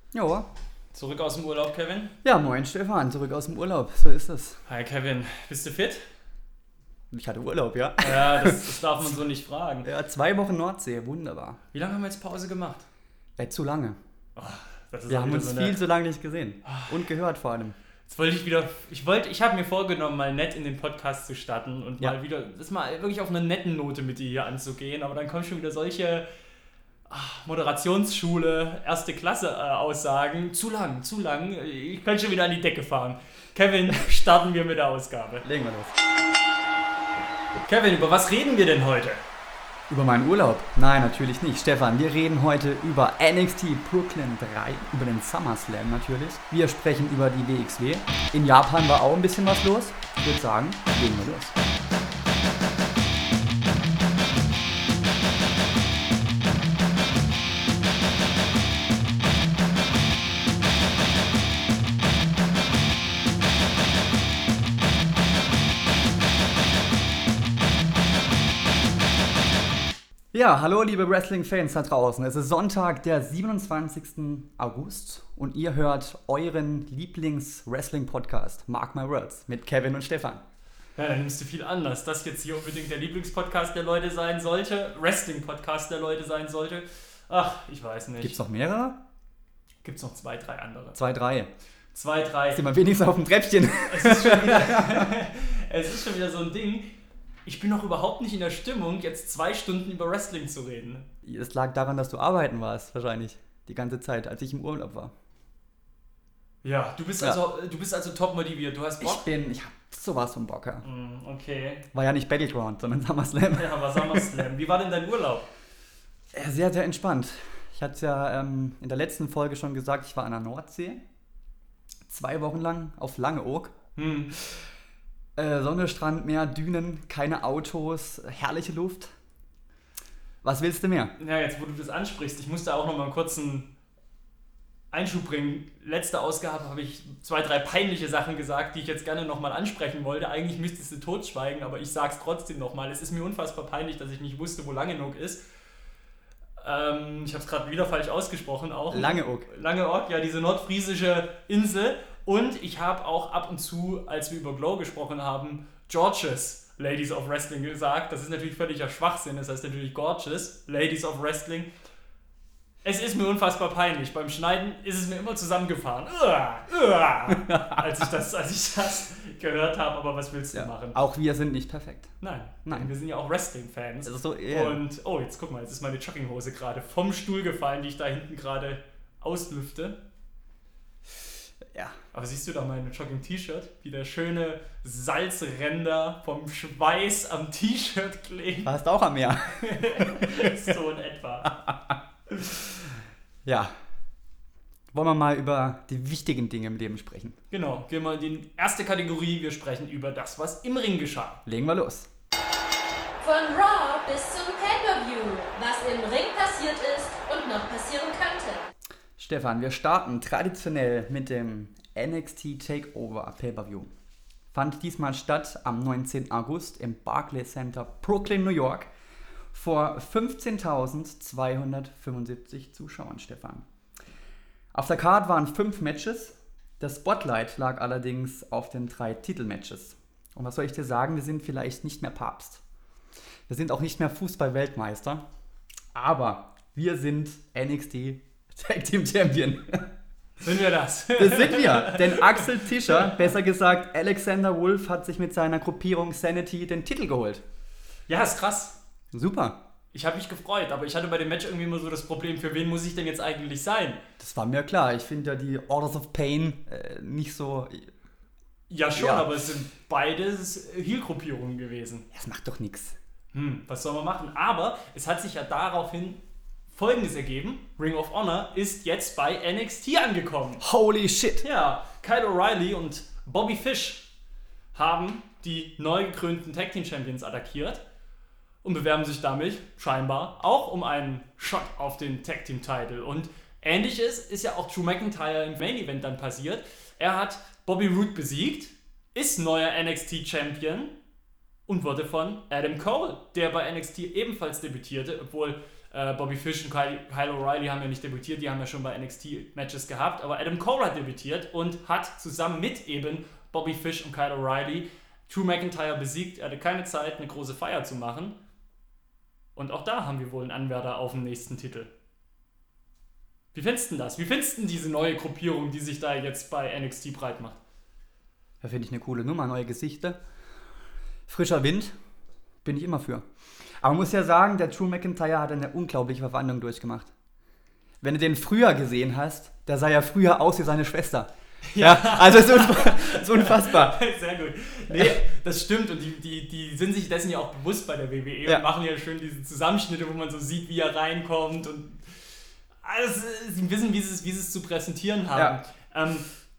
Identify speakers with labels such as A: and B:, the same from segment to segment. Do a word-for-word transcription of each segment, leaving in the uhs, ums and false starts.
A: Jo.
B: Zurück aus dem Urlaub, Kevin.
A: Ja, moin Stefan, zurück aus dem Urlaub. So ist es.
B: Hi Kevin, bist du fit?
A: Ich hatte Urlaub, ja.
B: Ja, das, das darf man so nicht fragen.
A: Ja, zwei Wochen Nordsee, wunderbar.
B: Wie lange haben wir jetzt Pause gemacht?
A: Äh, zu lange.
B: Oh, das ist
A: Wir
B: auch
A: haben
B: wieder
A: uns
B: so
A: viel
B: eine-
A: zu lange nicht gesehen. Und gehört vor allem.
B: Jetzt wollte ich wieder, ich wollte, ich habe mir vorgenommen, mal nett in den Podcast zu starten und
A: Ja.
B: mal wieder, das mal wirklich auf einer netten Note mit dir hier anzugehen, aber dann kommen schon wieder solche ach, Moderationsschule, erste Klasse äh, Aussagen. Zu lang, zu lang, ich könnte schon wieder an die Decke fahren. Kevin, starten wir mit der Ausgabe.
A: Legen wir los.
B: Kevin, über was reden wir denn heute?
A: Über meinen Urlaub? Nein, natürlich nicht. Stefan, wir reden heute über N X T Brooklyn drei, über den SummerSlam natürlich. Wir sprechen über die W X W. In Japan war auch ein bisschen was los. Ich würde sagen, legen wir los. Ja, hallo liebe Wrestling-Fans da draußen. Es ist Sonntag, der siebenundzwanzigsten August und ihr hört euren Lieblings-Wrestling-Podcast Mark My Words mit Kevin und Stefan.
B: Ja, dann nimmst du viel an, dass das jetzt hier unbedingt der Lieblingspodcast der Leute sein sollte, Wrestling-Podcast der Leute sein sollte. Ach, ich weiß nicht.
A: Gibt's noch mehrere?
B: Gibt's noch zwei, drei andere.
A: Zwei, drei.
B: Zwei, drei.
A: Ist immer wenigstens auf dem Treppchen.
B: Es ist schon wieder, es ist schon wieder so ein Ding. Ich bin noch überhaupt nicht in der Stimmung, jetzt zwei Stunden über Wrestling zu reden.
A: Es lag daran, dass du arbeiten warst, wahrscheinlich. Die ganze Zeit, als ich im Urlaub war.
B: Ja, du bist
A: Ja.
B: also, du bist also top motiviert. Du hast
A: Ich
B: Bock?
A: bin, ich hab sowas von Bock. Ja.
B: Mm, okay.
A: War ja nicht Battleground, sondern SummerSlam.
B: Ja, aber SummerSlam. Wie war denn dein Urlaub?
A: Ja, sehr, sehr entspannt. Ich hatte es ja ähm, in der letzten Folge schon gesagt, ich war an der Nordsee. Zwei Wochen lang auf Langeoog.
B: Hm.
A: Äh, Sonne, Strand, Meer, Dünen, keine Autos, herrliche Luft. Was willst du mehr?
B: Ja, jetzt wo du das ansprichst, ich musste auch noch mal einen kurzen Einschub bringen. Letzte Ausgabe habe ich zwei, drei peinliche Sachen gesagt, die ich jetzt gerne nochmal ansprechen wollte. Eigentlich müsstest du totschweigen, aber ich sag's trotzdem nochmal. Es ist mir unfassbar peinlich, dass ich nicht wusste, wo Langeoog ist. Ähm, ich habe es gerade wieder falsch ausgesprochen auch.
A: Langeoog.
B: Langeoog, ja, diese nordfriesische Insel. Und ich habe auch ab und zu, als wir über Glow gesprochen haben, Georges Ladies of Wrestling gesagt. Das ist natürlich völliger Schwachsinn, das heißt natürlich Gorgeous Ladies of Wrestling. Es ist mir unfassbar peinlich. Beim Schneiden ist es mir immer zusammengefahren. Uah, uah, als, ich das, als ich das gehört habe, aber was willst du
A: Ja,
B: machen?
A: auch wir sind nicht perfekt.
B: Nein,
A: Nein.
B: wir sind ja auch Wrestling-Fans.
A: Das ist so eher.
B: Und, oh, jetzt guck mal, jetzt ist meine Jogginghose gerade vom Stuhl gefallen, die ich da hinten gerade auslüfte.
A: Ja.
B: Aber siehst du da mein Jogging-T-Shirt? Wie der schöne Salzränder vom Schweiß am T-Shirt klebt.
A: Warst auch am Meer.
B: So in etwa.
A: Ja. Wollen wir mal über die wichtigen Dinge im Leben sprechen?
B: Genau, gehen wir in die erste Kategorie. Wir sprechen über das, was im Ring geschah.
A: Legen wir los.
C: Von Raw bis zum Pay-Per-View, was im Ring passiert ist und noch passieren könnte.
A: Stefan, wir starten traditionell mit dem N X T Takeover Pay-Per-View. Fand diesmal statt am neunzehnten August im Barclays Center, Brooklyn, New York, vor fünfzehntausendzweihundertfünfundsiebzig Zuschauern, Stefan. Auf der Card waren fünf Matches, das Spotlight lag allerdings auf den drei Titelmatches. Und was soll ich dir sagen, wir sind vielleicht nicht mehr Papst. Wir sind auch nicht mehr Fußball-Weltmeister, aber wir sind N X T Tag Team Champion.
B: Sind wir das?
A: Das sind wir, denn Axel Tischer, besser gesagt Alexander Wolf, hat sich mit seiner Gruppierung Sanity den Titel geholt.
B: Ja, ist krass.
A: Super.
B: Ich habe mich gefreut, aber ich hatte bei dem Match irgendwie immer so das Problem, für wen muss ich denn jetzt eigentlich sein?
A: Das war mir klar. Ich finde ja die Orders of Pain äh, nicht so...
B: Ja schon,
A: Ja.
B: aber es sind beides Heel-Gruppierungen gewesen.
A: Das macht doch nichts.
B: Hm, was soll man machen? Aber es hat sich ja daraufhin Folgendes ergeben. Ring of Honor ist jetzt bei N X T angekommen.
A: Holy shit.
B: Ja, Kyle O'Reilly und Bobby Fish haben die neu gekrönten Tag Team Champions attackiert und bewerben sich damit scheinbar auch um einen Shot auf den Tag Team Title. Und ähnliches ist ja auch Drew McIntyre im Main Event dann passiert. Er hat Bobby Roode besiegt, ist neuer N X T Champion und wurde von Adam Cole, der bei N X T ebenfalls debütierte, obwohl Äh, Bobby Fish und Kyle, Kyle O'Reilly haben ja nicht debütiert, die haben ja schon bei N X T-Matches gehabt, aber Adam Cole hat debütiert und hat zusammen mit eben Bobby Fish und Kyle O'Reilly Drew McIntyre besiegt. Er hatte keine Zeit, eine große Feier zu machen. Und auch da haben wir wohl einen Anwärter auf den nächsten Titel. Wie findest du das? Wie findest du diese neue Gruppierung, die sich da jetzt bei N X T breit macht?
A: Da finde ich eine coole Nummer, neue Gesichter. Frischer Wind, bin ich immer für. Aber man muss ja sagen, der Drew McIntyre hat eine unglaubliche Verwandlung durchgemacht. Wenn du den früher gesehen hast, der sah ja früher aus wie seine Schwester. Ja, also es ist, unfassbar, ist unfassbar.
B: Sehr gut. Nee, das stimmt und die, die, die sind sich dessen ja auch bewusst bei der W W E ja. und machen ja schön diese Zusammenschnitte, wo man so sieht, wie er reinkommt und alles, sie wissen, wie sie es, wie sie es zu präsentieren haben. Ja. Ähm,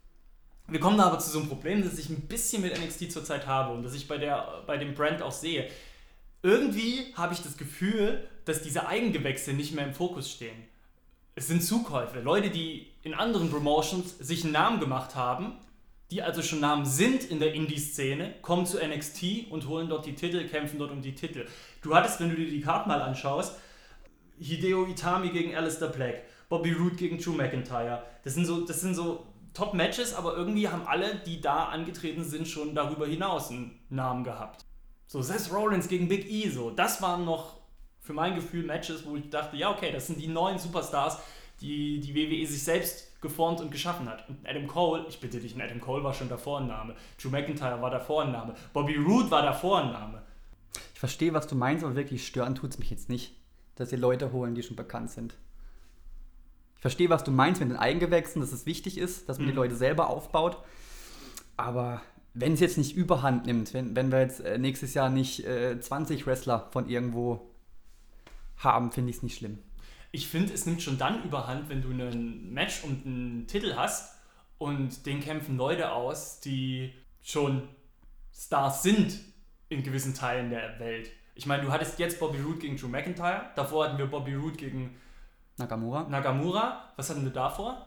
B: wir kommen da aber zu so einem Problem, das ich ein bisschen mit N X T zurzeit habe und das ich bei, der, bei dem Brand auch sehe. Irgendwie habe ich das Gefühl, dass diese Eigengewächse nicht mehr im Fokus stehen. Es sind Zukäufe, Leute, die in anderen Promotions sich einen Namen gemacht haben, die also schon Namen sind in der Indie-Szene, kommen zu N X T und holen dort die Titel, kämpfen dort um die Titel. Du hattest, wenn du dir die Karte mal anschaust, Hideo Itami gegen Aleister Black, Bobby Roode gegen Drew McIntyre. Das sind so, das sind so Top-Matches, aber irgendwie haben alle, die da angetreten sind, schon darüber hinaus einen Namen gehabt. So Seth Rollins gegen Big E, so. Das waren noch für mein Gefühl Matches, wo ich dachte, ja okay, das sind die neuen Superstars, die die W W E sich selbst geformt und geschaffen hat. Und Adam Cole, ich bitte dich, Adam Cole war schon davor ein Name. Drew McIntyre war davor ein Name. Bobby Roode war davor ein Name.
A: Ich verstehe, was du meinst, aber wirklich stören tut es mich jetzt nicht, dass sie Leute holen, die schon bekannt sind. Ich verstehe, was du meinst mit den Eigengewächsen, dass es wichtig ist, dass man mhm. die Leute selber aufbaut. Aber wenn es jetzt nicht überhand nimmt, wenn, wenn wir jetzt äh, nächstes Jahr nicht äh, zwanzig Wrestler von irgendwo haben, finde ich es nicht schlimm.
B: Ich finde, es nimmt schon dann überhand, wenn du ein Match und einen Titel hast und den kämpfen Leute aus, die schon Stars sind in gewissen Teilen der Welt. Ich meine, du hattest jetzt Bobby Roode gegen Drew McIntyre, davor hatten wir Bobby Roode gegen
A: Nakamura.
B: Nakamura. Was hatten wir davor?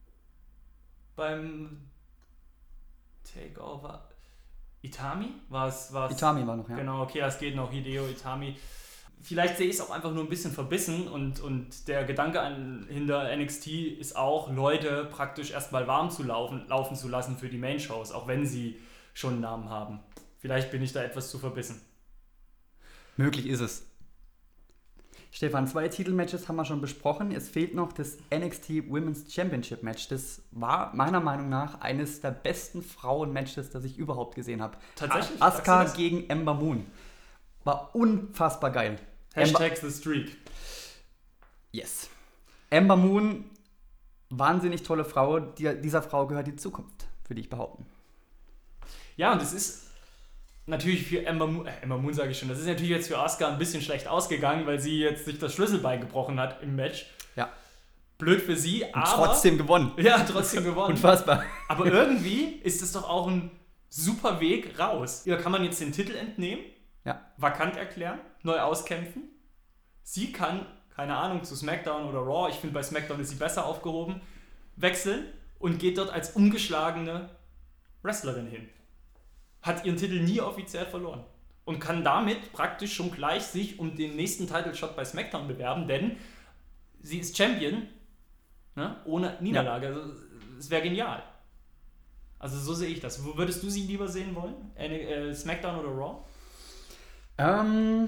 B: Beim Takeover Itami? War es, war es?
A: Itami war noch, ja.
B: Genau, okay, das geht noch. Hideo Itami. Vielleicht sehe ich es auch einfach nur ein bisschen verbissen und, und der Gedanke an, hinter N X T ist auch, Leute praktisch erstmal warm zu laufen, laufen zu lassen für die Main-Shows, auch wenn sie schon einen Namen haben. Vielleicht bin ich da etwas zu verbissen.
A: Möglich ist es. Stefan, zwei Titelmatches haben wir schon besprochen. Es fehlt noch das N X T Women's Championship Match. Das war meiner Meinung nach eines der besten Frauen-Matches, das ich überhaupt gesehen habe.
B: Tatsächlich?
A: Asuka gegen Ember Moon. War unfassbar geil.
B: Hashtag
A: Ember-
B: the Streak.
A: Yes. Ember Moon, wahnsinnig tolle Frau. Die, dieser Frau gehört die Zukunft, würde ich behaupten.
B: Ja, und es ist natürlich für Ember Moon, äh, Ember Moon sage ich schon, das ist natürlich jetzt für Asuka ein bisschen schlecht ausgegangen, weil sie jetzt sich das Schlüsselbein gebrochen hat im Match.
A: Ja.
B: Blöd für sie,
A: und
B: aber...
A: trotzdem gewonnen.
B: Ja, trotzdem gewonnen.
A: Unfassbar.
B: Aber irgendwie ist es doch auch ein super Weg raus. Ihr kann man jetzt den Titel entnehmen,
A: ja.
B: vakant erklären, neu auskämpfen. Sie kann, keine Ahnung, zu SmackDown oder Raw, ich finde bei SmackDown ist sie besser aufgehoben, wechseln und geht dort als ungeschlagene Wrestlerin hin. Hat ihren Titel nie offiziell verloren. Und kann damit praktisch schon gleich sich um den nächsten Title-Shot bei SmackDown bewerben, denn sie ist Champion, ne, ohne Niederlage. Ja. Also, es wäre genial. Also so sehe ich das. Wo würdest du sie lieber sehen wollen? Äh, SmackDown oder Raw?
A: Ähm,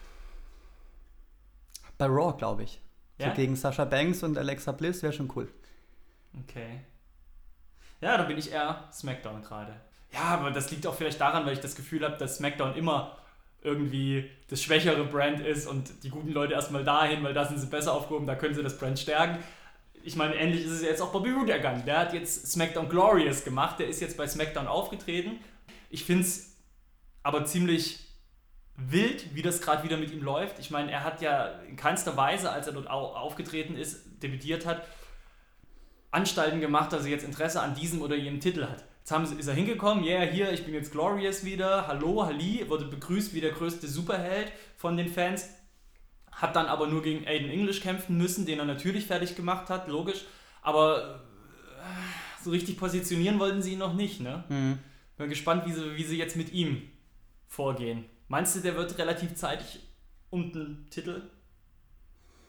A: bei Raw, glaube ich.
B: Ja?
A: So gegen Sasha Banks und Alexa Bliss wäre schon cool.
B: Okay. Ja, da bin ich eher SmackDown gerade. Ja, aber das liegt auch vielleicht daran, weil ich das Gefühl habe, dass SmackDown immer irgendwie das schwächere Brand ist und die guten Leute erstmal dahin, weil da sind sie besser aufgehoben, da können sie das Brand stärken. Ich meine, ähnlich ist es jetzt auch Bobby Roode ergangen. Der hat jetzt SmackDown Glorious gemacht, der ist jetzt bei SmackDown aufgetreten. Ich finde es aber ziemlich wild, wie das gerade wieder mit ihm läuft. Ich meine, er hat ja in keinster Weise, als er dort aufgetreten ist, debütiert hat, Anstalten gemacht, dass er jetzt Interesse an diesem oder jenem Titel hat. Jetzt haben sie, ist er hingekommen, ja, yeah, hier, ich bin jetzt Glorious wieder, hallo, Halli, wurde begrüßt wie der größte Superheld von den Fans, hat dann aber nur gegen Aiden English kämpfen müssen, den er natürlich fertig gemacht hat, logisch, aber äh, so richtig positionieren wollten sie ihn noch nicht, ne?
A: Mhm.
B: Bin gespannt, wie sie, wie sie jetzt mit ihm vorgehen. Meinst du, der wird relativ zeitig um den Titel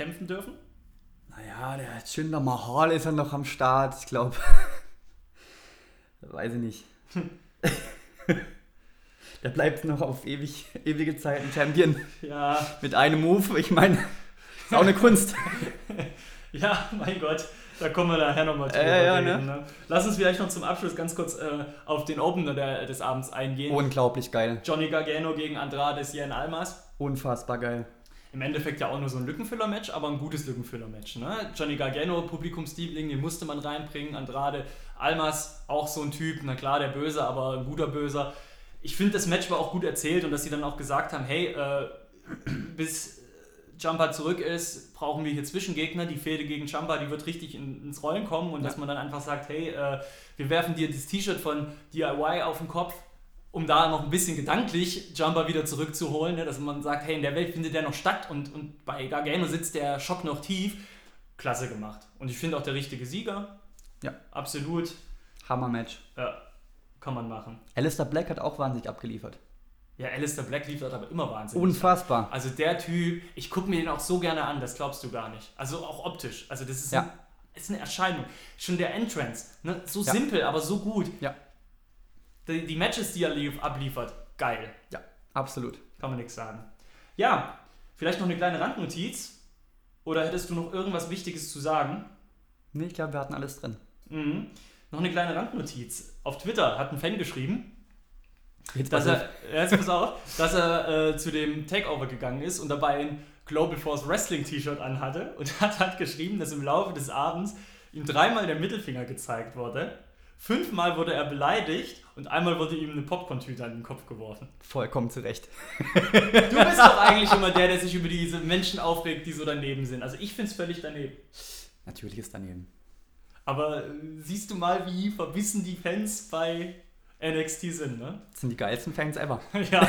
B: kämpfen dürfen?
A: Naja, der Jinder Mahal ist ja noch am Start. Ich glaube, weiß ich nicht. Der bleibt noch auf ewig, ewige Zeiten Champion.
B: Ja.
A: Mit einem Move. Ich meine, ist auch eine Kunst.
B: Ja, mein Gott. Da kommen wir nachher nochmal drüber
A: äh, ja,
B: reden.
A: ne?
B: Ne? Lass uns vielleicht noch zum Abschluss ganz kurz äh, auf den Opener der, des Abends eingehen.
A: Unglaublich geil.
B: Johnny Gargano gegen Andrade Cien Almas.
A: Unfassbar geil.
B: Im Endeffekt ja auch nur so ein Lückenfüller-Match, aber ein gutes Lückenfüller-Match. Ne? Johnny Gargano, Publikumsliebling, den musste man reinbringen. Andrade Almas, auch so ein Typ, na klar, der Böse, aber ein guter Böser. Ich finde, das Match war auch gut erzählt und dass sie dann auch gesagt haben, hey, äh, bis Ciampa zurück ist, brauchen wir hier Zwischengegner. Die Fehde gegen Ciampa, die wird richtig in, ins Rollen kommen und ja. dass man dann einfach sagt, hey, äh, wir werfen dir das T-Shirt von D I Y auf den Kopf, um da noch ein bisschen gedanklich Ciampa wieder zurückzuholen, ne? Dass man sagt, hey, in der Welt findet der noch statt und, und bei Gargano sitzt der Schock noch tief. Klasse gemacht. Und ich finde auch der richtige Sieger.
A: Ja.
B: Absolut.
A: Hammer-Match.
B: Ja, kann man machen.
A: Alistair Black hat auch wahnsinnig abgeliefert.
B: Ja, Alistair Black liefert aber immer wahnsinnig.
A: Unfassbar.
B: Also der Typ, ich gucke mir den auch so gerne an, das glaubst du gar nicht. Also auch optisch. Also das ist,
A: ja.
B: ein, ist eine Erscheinung. Schon der Entrance, ne? So
A: ja.
B: simpel, aber so gut.
A: Ja.
B: Die, die Matches, die er lief, abliefert, geil.
A: Ja, absolut.
B: Kann man nichts sagen. Ja, vielleicht noch eine kleine Randnotiz. Oder hättest du noch irgendwas Wichtiges zu sagen?
A: Nee, ich glaube, wir hatten alles drin.
B: Mhm. Noch eine kleine Randnotiz. Auf Twitter hat ein Fan geschrieben,
A: Jetzt
B: dass er, jetzt pass auf, dass er äh, zu dem Takeover gegangen ist und dabei ein Global Force Wrestling T-Shirt anhatte und hat, hat geschrieben, dass im Laufe des Abends ihm dreimal der Mittelfinger gezeigt wurde, fünfmal wurde er beleidigt und einmal wurde ihm eine Popcorn-Tüte an den Kopf geworfen.
A: Vollkommen zurecht.
B: Du bist doch eigentlich immer der, der sich über diese Menschen aufregt, die so daneben sind. Also ich finde es völlig daneben.
A: Natürlich ist daneben.
B: Aber siehst du mal, wie verbissen die Fans bei N X T sind, ne?
A: Das sind die geilsten Fans ever.
B: Ja.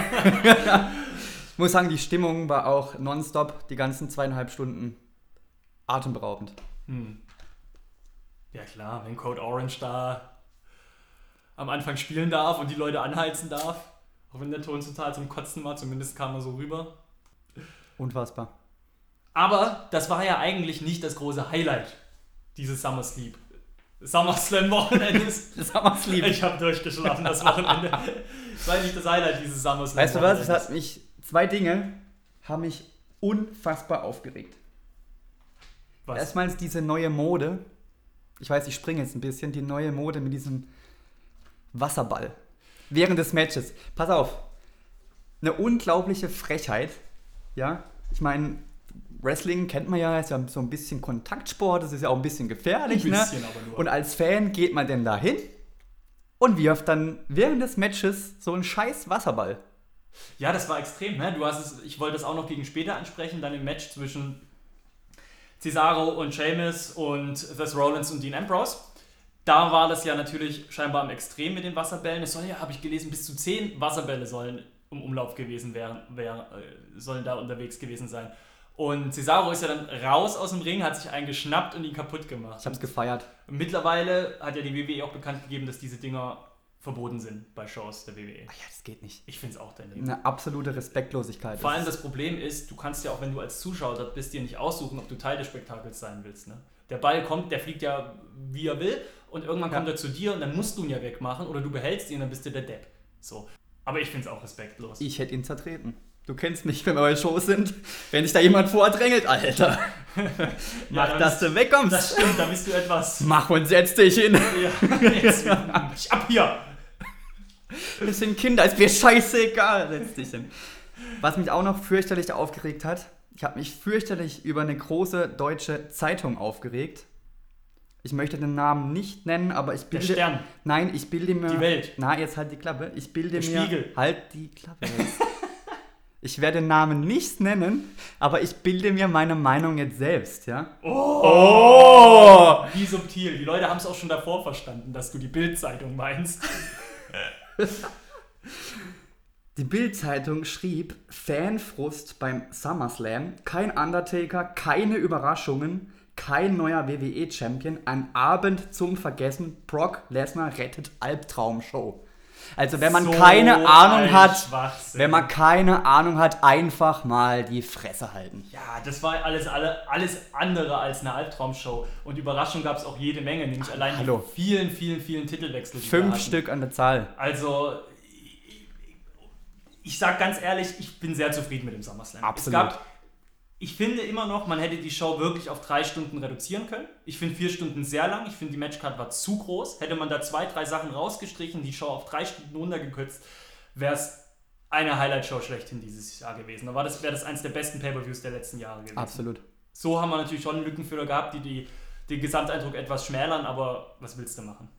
A: Ich muss sagen, die Stimmung war auch nonstop, die ganzen zweieinhalb Stunden atemberaubend.
B: Hm. Ja klar, wenn Code Orange da am Anfang spielen darf und die Leute anheizen darf, auch wenn der Ton total zum Kotzen war, zumindest kam er so rüber.
A: Unfassbar.
B: Aber das war ja eigentlich nicht das große Highlight dieses SummerSleep. SummerSlam-Wochenendes.
A: SummerSleep.
B: Ich habe durchgeschlafen das Wochenende. Das war nicht das Highlight dieses SummerSlam.
A: Weißt du was? Es hat mich, zwei Dinge haben mich unfassbar aufgeregt.
B: Was?
A: Erstmals diese neue Mode. Ich weiß, ich springe jetzt ein bisschen. Die neue Mode mit diesem Wasserball. Während des Matches. Pass auf. Eine unglaubliche Frechheit. Ja, ich meine, Wrestling kennt man ja, ist ja so ein bisschen Kontaktsport, das ist ja auch ein bisschen gefährlich. Ein bisschen, ne? Aber nur. Und als Fan geht man denn da hin und wirft dann während des Matches so einen scheiß Wasserball.
B: Ja, das war extrem, ne? Du hast es, ich wollte das auch noch gegen später ansprechen, dann im Match zwischen Cesaro und Sheamus und Seth Rollins und Dean Ambrose. Da war das ja natürlich scheinbar am Extrem mit den Wasserbällen. Es sollen ja, habe ich gelesen, bis zu zehn Wasserbälle sollen im Umlauf gewesen wären, wär, sollen da unterwegs gewesen sein. Und Cesaro ist ja dann raus aus dem Ring, hat sich einen geschnappt und ihn kaputt gemacht.
A: Ich hab's gefeiert.
B: Mittlerweile hat ja die W W E auch bekannt gegeben, dass diese Dinger verboten sind bei Shows der W W E.
A: Ach ja, das geht nicht.
B: Ich find's auch daneben.
A: Eine absolute Respektlosigkeit.
B: Vor allem das Problem ist, du kannst ja auch, wenn du als Zuschauer dort bist, dir nicht aussuchen, ob du Teil des Spektakels sein willst. Ne? Der Ball kommt, der fliegt ja wie er will und irgendwann ja. kommt er zu dir und dann musst du ihn ja wegmachen oder du behältst ihn und dann bist du der Depp. So. Aber ich find's auch respektlos.
A: Ich hätte ihn zertreten. Du kennst mich, wenn wir bei Shows sind. Wenn sich da jemand vordrängelt, Alter. Mach, ja, dass du wegkommst.
B: Das stimmt, da bist du etwas...
A: Mach und setz dich hin.
B: Ja, jetzt, ich ab hier.
A: Wir sind Kinder, ist mir scheißegal. Setz dich hin. Was mich auch noch fürchterlich aufgeregt hat, ich habe mich fürchterlich über eine große deutsche Zeitung aufgeregt. Ich möchte den Namen nicht nennen, aber ich bilde...
B: Der Stern.
A: Nein, ich bilde mir...
B: Die Welt.
A: Na, jetzt halt die Klappe. Ich bilde
B: Der
A: mir...
B: Spiegel.
A: Halt die Klappe jetzt. Ich werde den Namen nicht nennen, aber ich bilde mir meine Meinung jetzt selbst, ja?
B: Oh! oh. Wie subtil. Die Leute haben es auch schon davor verstanden, dass du die Bild-Zeitung meinst.
A: Die Bild-Zeitung schrieb, Fanfrust beim SummerSlam, kein Undertaker, keine Überraschungen, kein neuer W W E-Champion, ein Abend zum Vergessen, Brock Lesnar rettet Albtraumshow. Also wenn man
B: So
A: keine Ahnung
B: ein
A: hat,
B: Schwachsinn.
A: wenn man keine Ahnung hat, einfach mal die Fresse halten.
B: Ja, das war alles, alle, alles andere als eine Albtraumshow. Und Überraschung gab es auch jede Menge, nämlich
A: Ach,
B: allein
A: hallo.
B: die vielen, vielen, vielen Titelwechsel. die wir
A: Fünf
B: hatten.
A: Stück an der Zahl.
B: Also, ich, ich sag ganz ehrlich, ich bin sehr zufrieden mit dem SummerSlam.
A: Absolut.
B: Es gab, ich finde immer noch, man hätte die Show wirklich auf drei Stunden reduzieren können. Ich finde vier Stunden sehr lang. Ich finde, die Matchcard war zu groß. Hätte man da zwei, drei Sachen rausgestrichen, die Show auf drei Stunden runtergekürzt, wäre es eine Highlight-Show schlechthin dieses Jahr gewesen. Da war das, wäre das eines der besten Pay-Per-Views der letzten Jahre gewesen.
A: Absolut.
B: So haben wir natürlich schon Lückenfüller gehabt, die, die den Gesamteindruck etwas schmälern, aber was willst du machen?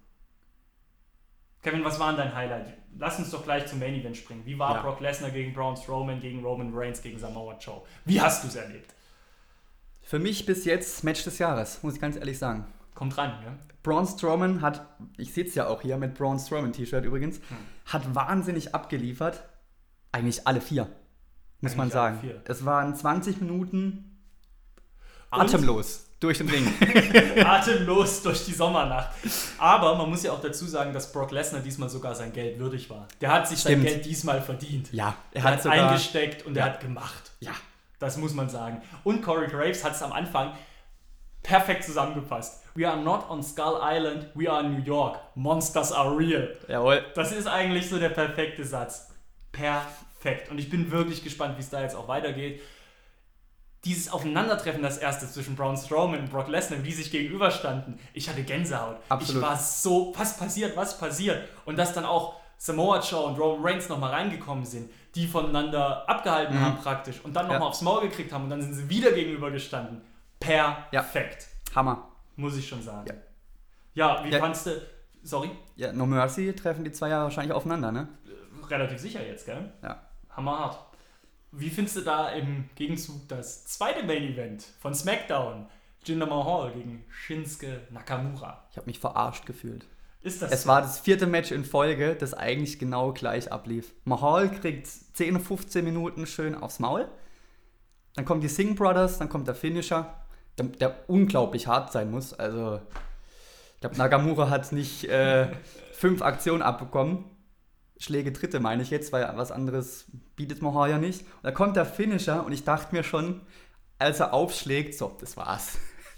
B: Kevin, was war denn dein Highlight? Lass uns doch gleich zum Main Event springen. Wie war
A: Ja.
B: Brock Lesnar gegen Braun Strowman, gegen Roman Reigns, gegen Samoa Joe? Wie hast du es erlebt?
A: Für mich bis jetzt Match des Jahres, muss ich ganz ehrlich sagen.
B: Kommt ran, ja?
A: Braun Strowman hat, ich sitze ja auch hier mit Braun Strowman T-Shirt übrigens,
B: Hm.
A: hat wahnsinnig abgeliefert. Eigentlich alle vier, muss
B: Eigentlich
A: man
B: alle
A: sagen.
B: vier.
A: Es waren zwanzig Minuten
B: Und?
A: atemlos durch den Ring.
B: Atemlos durch die Sommernacht. Aber man muss ja auch dazu sagen, dass Brock Lesnar diesmal sogar sein Geld würdig war. Der hat sich
A: Stimmt.
B: sein Geld diesmal verdient.
A: Ja, er
B: Er
A: hat,
B: hat
A: sogar...
B: eingesteckt und
A: Ja.
B: er hat gemacht.
A: Ja,
B: Das muss man sagen. Und Corey Graves hat es am Anfang perfekt zusammengefasst. We are not on Skull Island, we are in New York. Monsters are real.
A: jawohl.
B: Das ist eigentlich so der perfekte Satz. Perfekt. Und ich bin wirklich gespannt, wie es da jetzt auch weitergeht. Dieses Aufeinandertreffen, das erste zwischen Braun Strowman und Brock Lesnar, wie die sich gegenüberstanden, ich hatte Gänsehaut.
A: Absolut.
B: Ich war so, was passiert, was passiert? Und dass dann auch Samoa Joe und Roman Reigns nochmal reingekommen sind, die voneinander abgehalten
A: Mhm.
B: haben praktisch und dann nochmal
A: Ja.
B: aufs Maul gekriegt haben und dann sind sie wieder gegenübergestanden. Perfekt.
A: Hammer.
B: Muss ich schon sagen.
A: Ja.
B: Ja, wie
A: Ja.
B: fandst du, sorry,
A: Ja, No Mercy treffen die zwei ja wahrscheinlich aufeinander, ne?
B: relativ sicher jetzt, gell?
A: Ja.
B: Hammerhart. Wie findest du da im Gegenzug das zweite Main Event von SmackDown? Jinder Mahal gegen Shinsuke Nakamura.
A: Ich habe mich verarscht gefühlt.
B: Ist das
A: Es
B: so?
A: war das vierte Match in Folge, das eigentlich genau gleich ablief. Mahal kriegt zehn, fünfzehn Minuten schön aufs Maul. Dann kommen die Singh Brothers, dann kommt der Finisher, der, der unglaublich hart sein muss. Also, ich glaube, Nakamura hat nicht äh, fünf Aktionen abbekommen. Schläge dritte meine ich jetzt, weil was anderes bietet Mahal ja nicht. Und da kommt der Finisher und ich dachte mir schon, als er aufschlägt, so, das war's.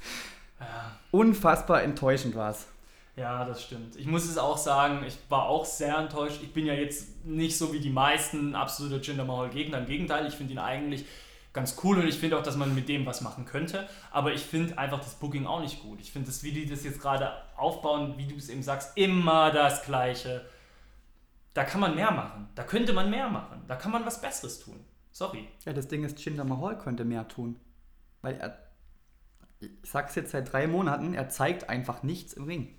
B: Ja.
A: Unfassbar enttäuschend war's.
B: Ja, das stimmt. Ich muss es auch sagen, ich war auch sehr enttäuscht. Ich bin ja jetzt nicht so wie die meisten ein absoluter Jinder Mahal Gegner. Im Gegenteil, ich finde ihn eigentlich ganz cool und ich finde auch, dass man mit dem was machen könnte. Aber ich finde einfach das Booking auch nicht gut. Ich finde, das, wie die das jetzt gerade aufbauen, wie du es eben sagst, immer das Gleiche. Da kann man mehr machen. Da könnte man mehr machen. Da kann man was Besseres tun. Sorry.
A: Ja, das Ding ist, Jinder Mahal könnte mehr tun. Weil er, ich sag's jetzt seit drei Monaten, er zeigt einfach nichts im Ring.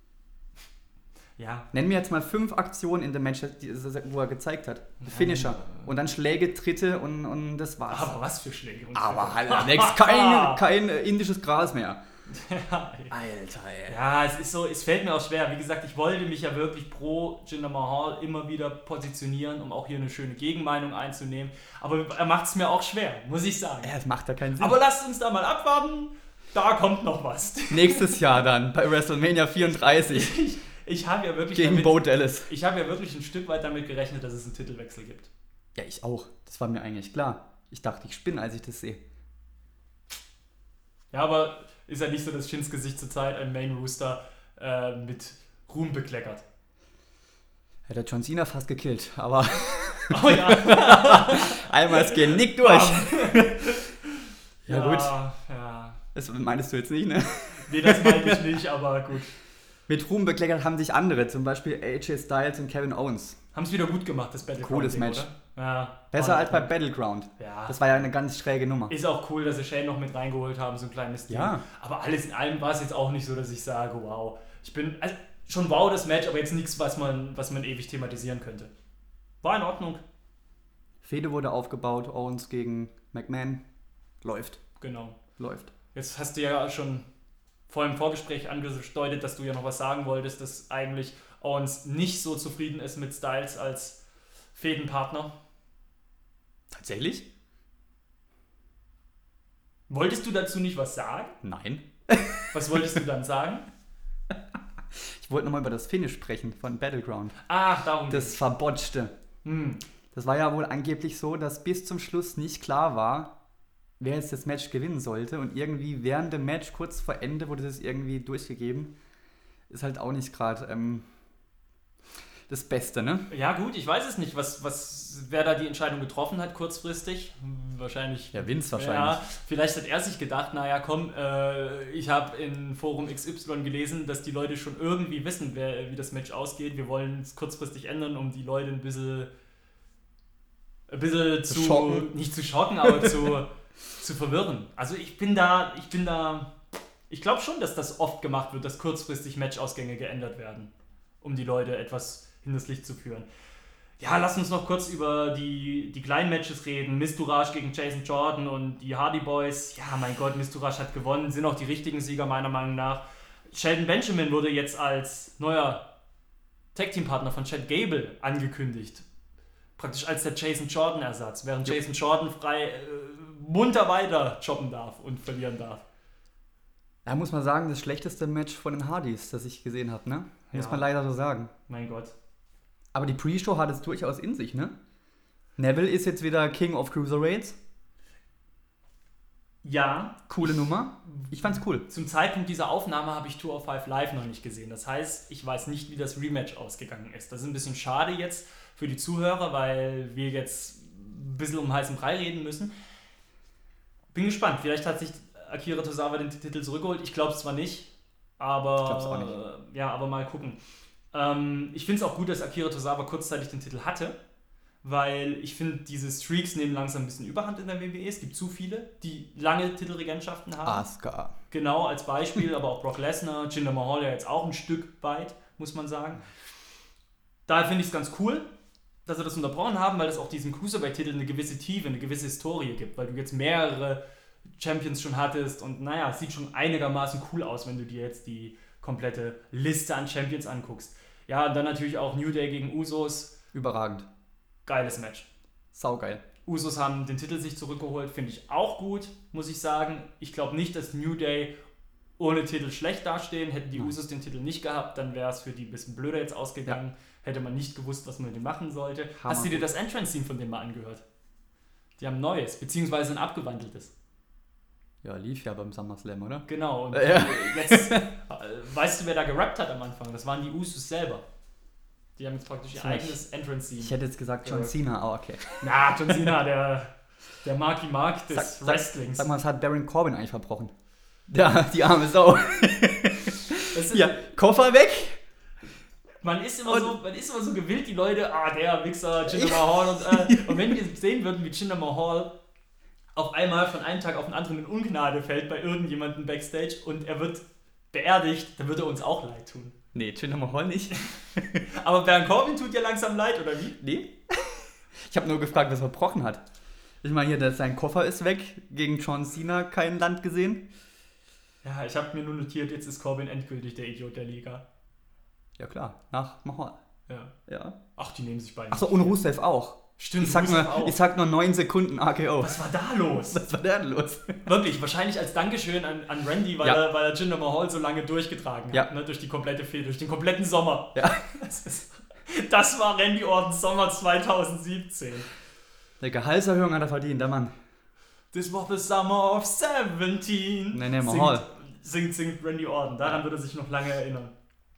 B: Ja.
A: Nenn mir jetzt mal fünf Aktionen in dem Match, die- wo er gezeigt hat. Finisher. Und dann Schläge, Tritte und, und das war's.
B: Aber was für Schläge. Und
A: Aber
B: Tritte.
A: halt, Alex, kein, kein äh, indisches Gras mehr.
B: Ja,
A: Alter, ey.
B: Ja, es ist so, es fällt mir auch schwer. Wie gesagt, ich wollte mich ja wirklich pro Jinder Mahal immer wieder positionieren, um auch hier eine schöne Gegenmeinung einzunehmen. Aber er macht es mir auch schwer, muss ich sagen.
A: Ja, das macht ja keinen Sinn.
B: Aber lasst uns da mal abwarten. Da kommt noch was.
A: Nächstes Jahr dann, bei WrestleMania vierunddreißig,
B: Ich, ich habe ja wirklich
A: gegen
B: damit,
A: Bo Dallas.
B: ich habe ja wirklich ein Stück weit damit gerechnet, dass es einen Titelwechsel gibt.
A: Ja, ich auch. Das war mir eigentlich klar. Ich dachte, ich spinne, als ich das sehe.
B: Ja, aber ist ja nicht so, dass Shins Gesicht zurzeit ein Main Rooster äh, mit Ruhm bekleckert.
A: Hätte John Cena fast gekillt, aber
B: Oh ja.
A: einmal das Genick durch. Ja, gut.
B: Ja.
A: Das meinst du jetzt nicht, ne?
B: Nee, das meinte ich nicht, aber gut.
A: Mit Ruhm bekleckert haben sich andere, zum Beispiel A J Styles und Kevin Owens.
B: Haben es wieder gut gemacht, das Battleground.
A: Cooles Match.
B: Oder? Ja.
A: Besser
B: War
A: als bei
B: gut.
A: Battleground.
B: Ja.
A: Das war ja eine ganz schräge Nummer.
B: Ist auch cool, dass sie Shane noch mit reingeholt haben, so ein kleines Ding.
A: Ja.
B: Aber alles in allem war es jetzt auch nicht so, dass ich sage, wow. Ich bin, also schon wow das Match, aber jetzt nichts, was man, was man ewig thematisieren könnte. War in Ordnung.
A: Fehde wurde aufgebaut, Owens gegen McMahon. Läuft,
B: Genau.
A: läuft.
B: Jetzt hast du ja schon vor dem Vorgespräch angedeutet, dass du ja noch was sagen wolltest, dass eigentlich Owens nicht so zufrieden ist mit Styles als Fädenpartner.
A: Tatsächlich? Wolltest
B: Wolltest du dazu nicht was sagen?
A: Nein.
B: Was wolltest du dann sagen?
A: Ich wollte nochmal über das Finish sprechen von Battleground.
B: Ach, darum
A: Das Verbotschte.
B: Hm.
A: Das war ja wohl angeblich so, dass bis zum Schluss nicht klar war, wer jetzt das Match gewinnen sollte. Und irgendwie während dem Match, kurz vor Ende, wurde das irgendwie durchgegeben. Ist halt auch nicht gerade ähm, das Beste, ne?
B: Ja gut, ich weiß es nicht, was, was, wer da die Entscheidung getroffen hat kurzfristig. Wahrscheinlich.
A: Ja, Vince wahrscheinlich.
B: Ja, vielleicht hat er sich gedacht, naja komm, äh, ich habe in Forum X Y gelesen, dass die Leute schon irgendwie wissen, wer, wie das Match ausgeht. Wir wollen es kurzfristig ändern, um die Leute ein bisschen, ein bisschen zu,
A: schocken.
B: nicht zu schocken, aber zu, zu verwirren. Also ich bin da, ich bin da, ich glaube schon, dass das oft gemacht wird, dass kurzfristig Matchausgänge geändert werden, um die Leute etwas hinters Licht zu führen. Ja, lass uns noch kurz über die, die kleinen Matches reden. Mistourage gegen Jason Jordan und die Hardy Boys. Ja, mein Gott, Mistourage hat gewonnen, sind auch die richtigen Sieger meiner Meinung nach. Sheldon Benjamin wurde jetzt als neuer Tag-Team-Partner von Chad Gable angekündigt. Praktisch als der Jason Jordan-Ersatz, während
A: Jo.
B: Jason Jordan frei äh, munter weiter jobben darf und verlieren darf.
A: Da muss man sagen, das schlechteste Match von den Hardys, das ich gesehen habe, ne? Muss
B: Ja.
A: man leider so sagen.
B: Mein Gott.
A: Aber die Pre-Show hat es durchaus in sich, ne? Neville ist jetzt wieder King of Cruiserweights.
B: Ja,
A: Coole Nummer. Ich fand's cool.
B: zum Zeitpunkt dieser Aufnahme habe ich Tour of Five Live noch nicht gesehen. Das heißt, ich weiß nicht, wie das Rematch ausgegangen ist. Das ist ein bisschen schade jetzt für die Zuhörer, weil wir jetzt ein bisschen um heißen Brei reden müssen. Bin gespannt. Vielleicht hat sich Akira Tozawa den Titel zurückgeholt. Ich glaube es zwar nicht, aber,
A: Ich glaub's auch nicht.
B: Ja, aber mal gucken. Ähm, ich finde es auch gut, dass Akira Tozawa kurzzeitig den Titel hatte, weil ich finde, diese Streaks nehmen langsam ein bisschen Überhand in der W W E. Es gibt zu viele, die lange Titelregentschaften haben.
A: Asuka.
B: Genau, als Beispiel, aber auch Brock Lesnar, Jinder Mahal ja jetzt auch ein Stück weit, muss man sagen. Daher finde ich es ganz cool, dass sie das unterbrochen haben, weil es auch diesem Cruiserweight-Titel eine gewisse Tiefe, eine gewisse Historie gibt, weil du jetzt mehrere Champions schon hattest und naja, es sieht schon einigermaßen cool aus, wenn du dir jetzt die komplette Liste an Champions anguckst. Ja, und dann natürlich auch New Day gegen Usos.
A: Überragend.
B: Geiles Match.
A: Saugeil.
B: Usos haben den Titel sich zurückgeholt, finde ich auch gut, muss ich sagen. Ich glaube nicht, dass New Day ohne Titel schlecht dastehen. Hätten die
A: Nein.
B: Usos den Titel nicht gehabt, dann wäre es für die ein bisschen blöder jetzt ausgegangen. Hätte man nicht gewusst, was man mit dem machen sollte.
A: Hammer
B: Hast du dir
A: gut.
B: das Entrance-Theme von dem mal angehört? Die haben ein neues, beziehungsweise ein abgewandeltes.
A: Ja, lief ja beim SummerSlam, oder?
B: Genau. Und
A: Ja.
B: jetzt, äh, weißt du, wer da gerappt hat am Anfang? Das waren die Usos selber. Die haben jetzt praktisch ihr
A: So,
B: eigenes Entrance-Theme.
A: Ich hätte jetzt gesagt John
B: Ja.
A: Cena, aber okay.
B: Na, John Cena, der, der Marky Mark des
A: Sag, sag,
B: Wrestlings.
A: sag mal, was hat Baron Corbin eigentlich verbrochen? Ja, die arme Sau.
B: Das ist,
A: Ja, Koffer weg.
B: Man ist, immer
A: Und-
B: so, man ist immer so gewillt, die Leute, ah, der Wichser, Jinder Mahal. Und, äh, und wenn wir sehen würden, wie Jinder Mahal auf einmal von einem Tag auf den anderen in Ungnade fällt bei irgendjemandem Backstage und er wird beerdigt, dann wird er uns auch leid tun.
A: Nee, Jinder Mahal nicht.
B: Aber Baron Corbin tut dir langsam leid, oder wie?
A: Nee. Ich habe nur gefragt, was er verbrochen hat. Ich meine hier, dass sein Koffer ist weg. Gegen John Cena kein Land gesehen.
B: Ja, ich habe mir nur notiert, jetzt ist Corbin endgültig der Idiot der Liga.
A: Ja klar, nach Mahal.
B: Ja.
A: Ja.
B: Ach, die nehmen sich beide.
A: Achso, und Rusev auch.
B: Stimmt,
A: Ich sag,
B: Rusev
A: nur,
B: auch.
A: ich sag nur neun Sekunden A K O.
B: Was war da los?
A: Was war denn los?
B: Wirklich, wahrscheinlich als Dankeschön an, an Randy, weil,
A: Ja.
B: er, weil er Jinder Mahal so lange durchgetragen
A: Ja.
B: hat, ne, durch die komplette Fehde, durch den kompletten Sommer.
A: Ja.
B: Das, ist, das war Randy Orton Sommer zwanzig siebzehn.
A: Eine Gehaltserhöhung hat er verdient, der Mann.
B: This was the summer of seventeen.
A: Nee, nee, Mahal.
B: Singt, singt, singt Randy Orton. Daran wird er sich noch lange erinnern.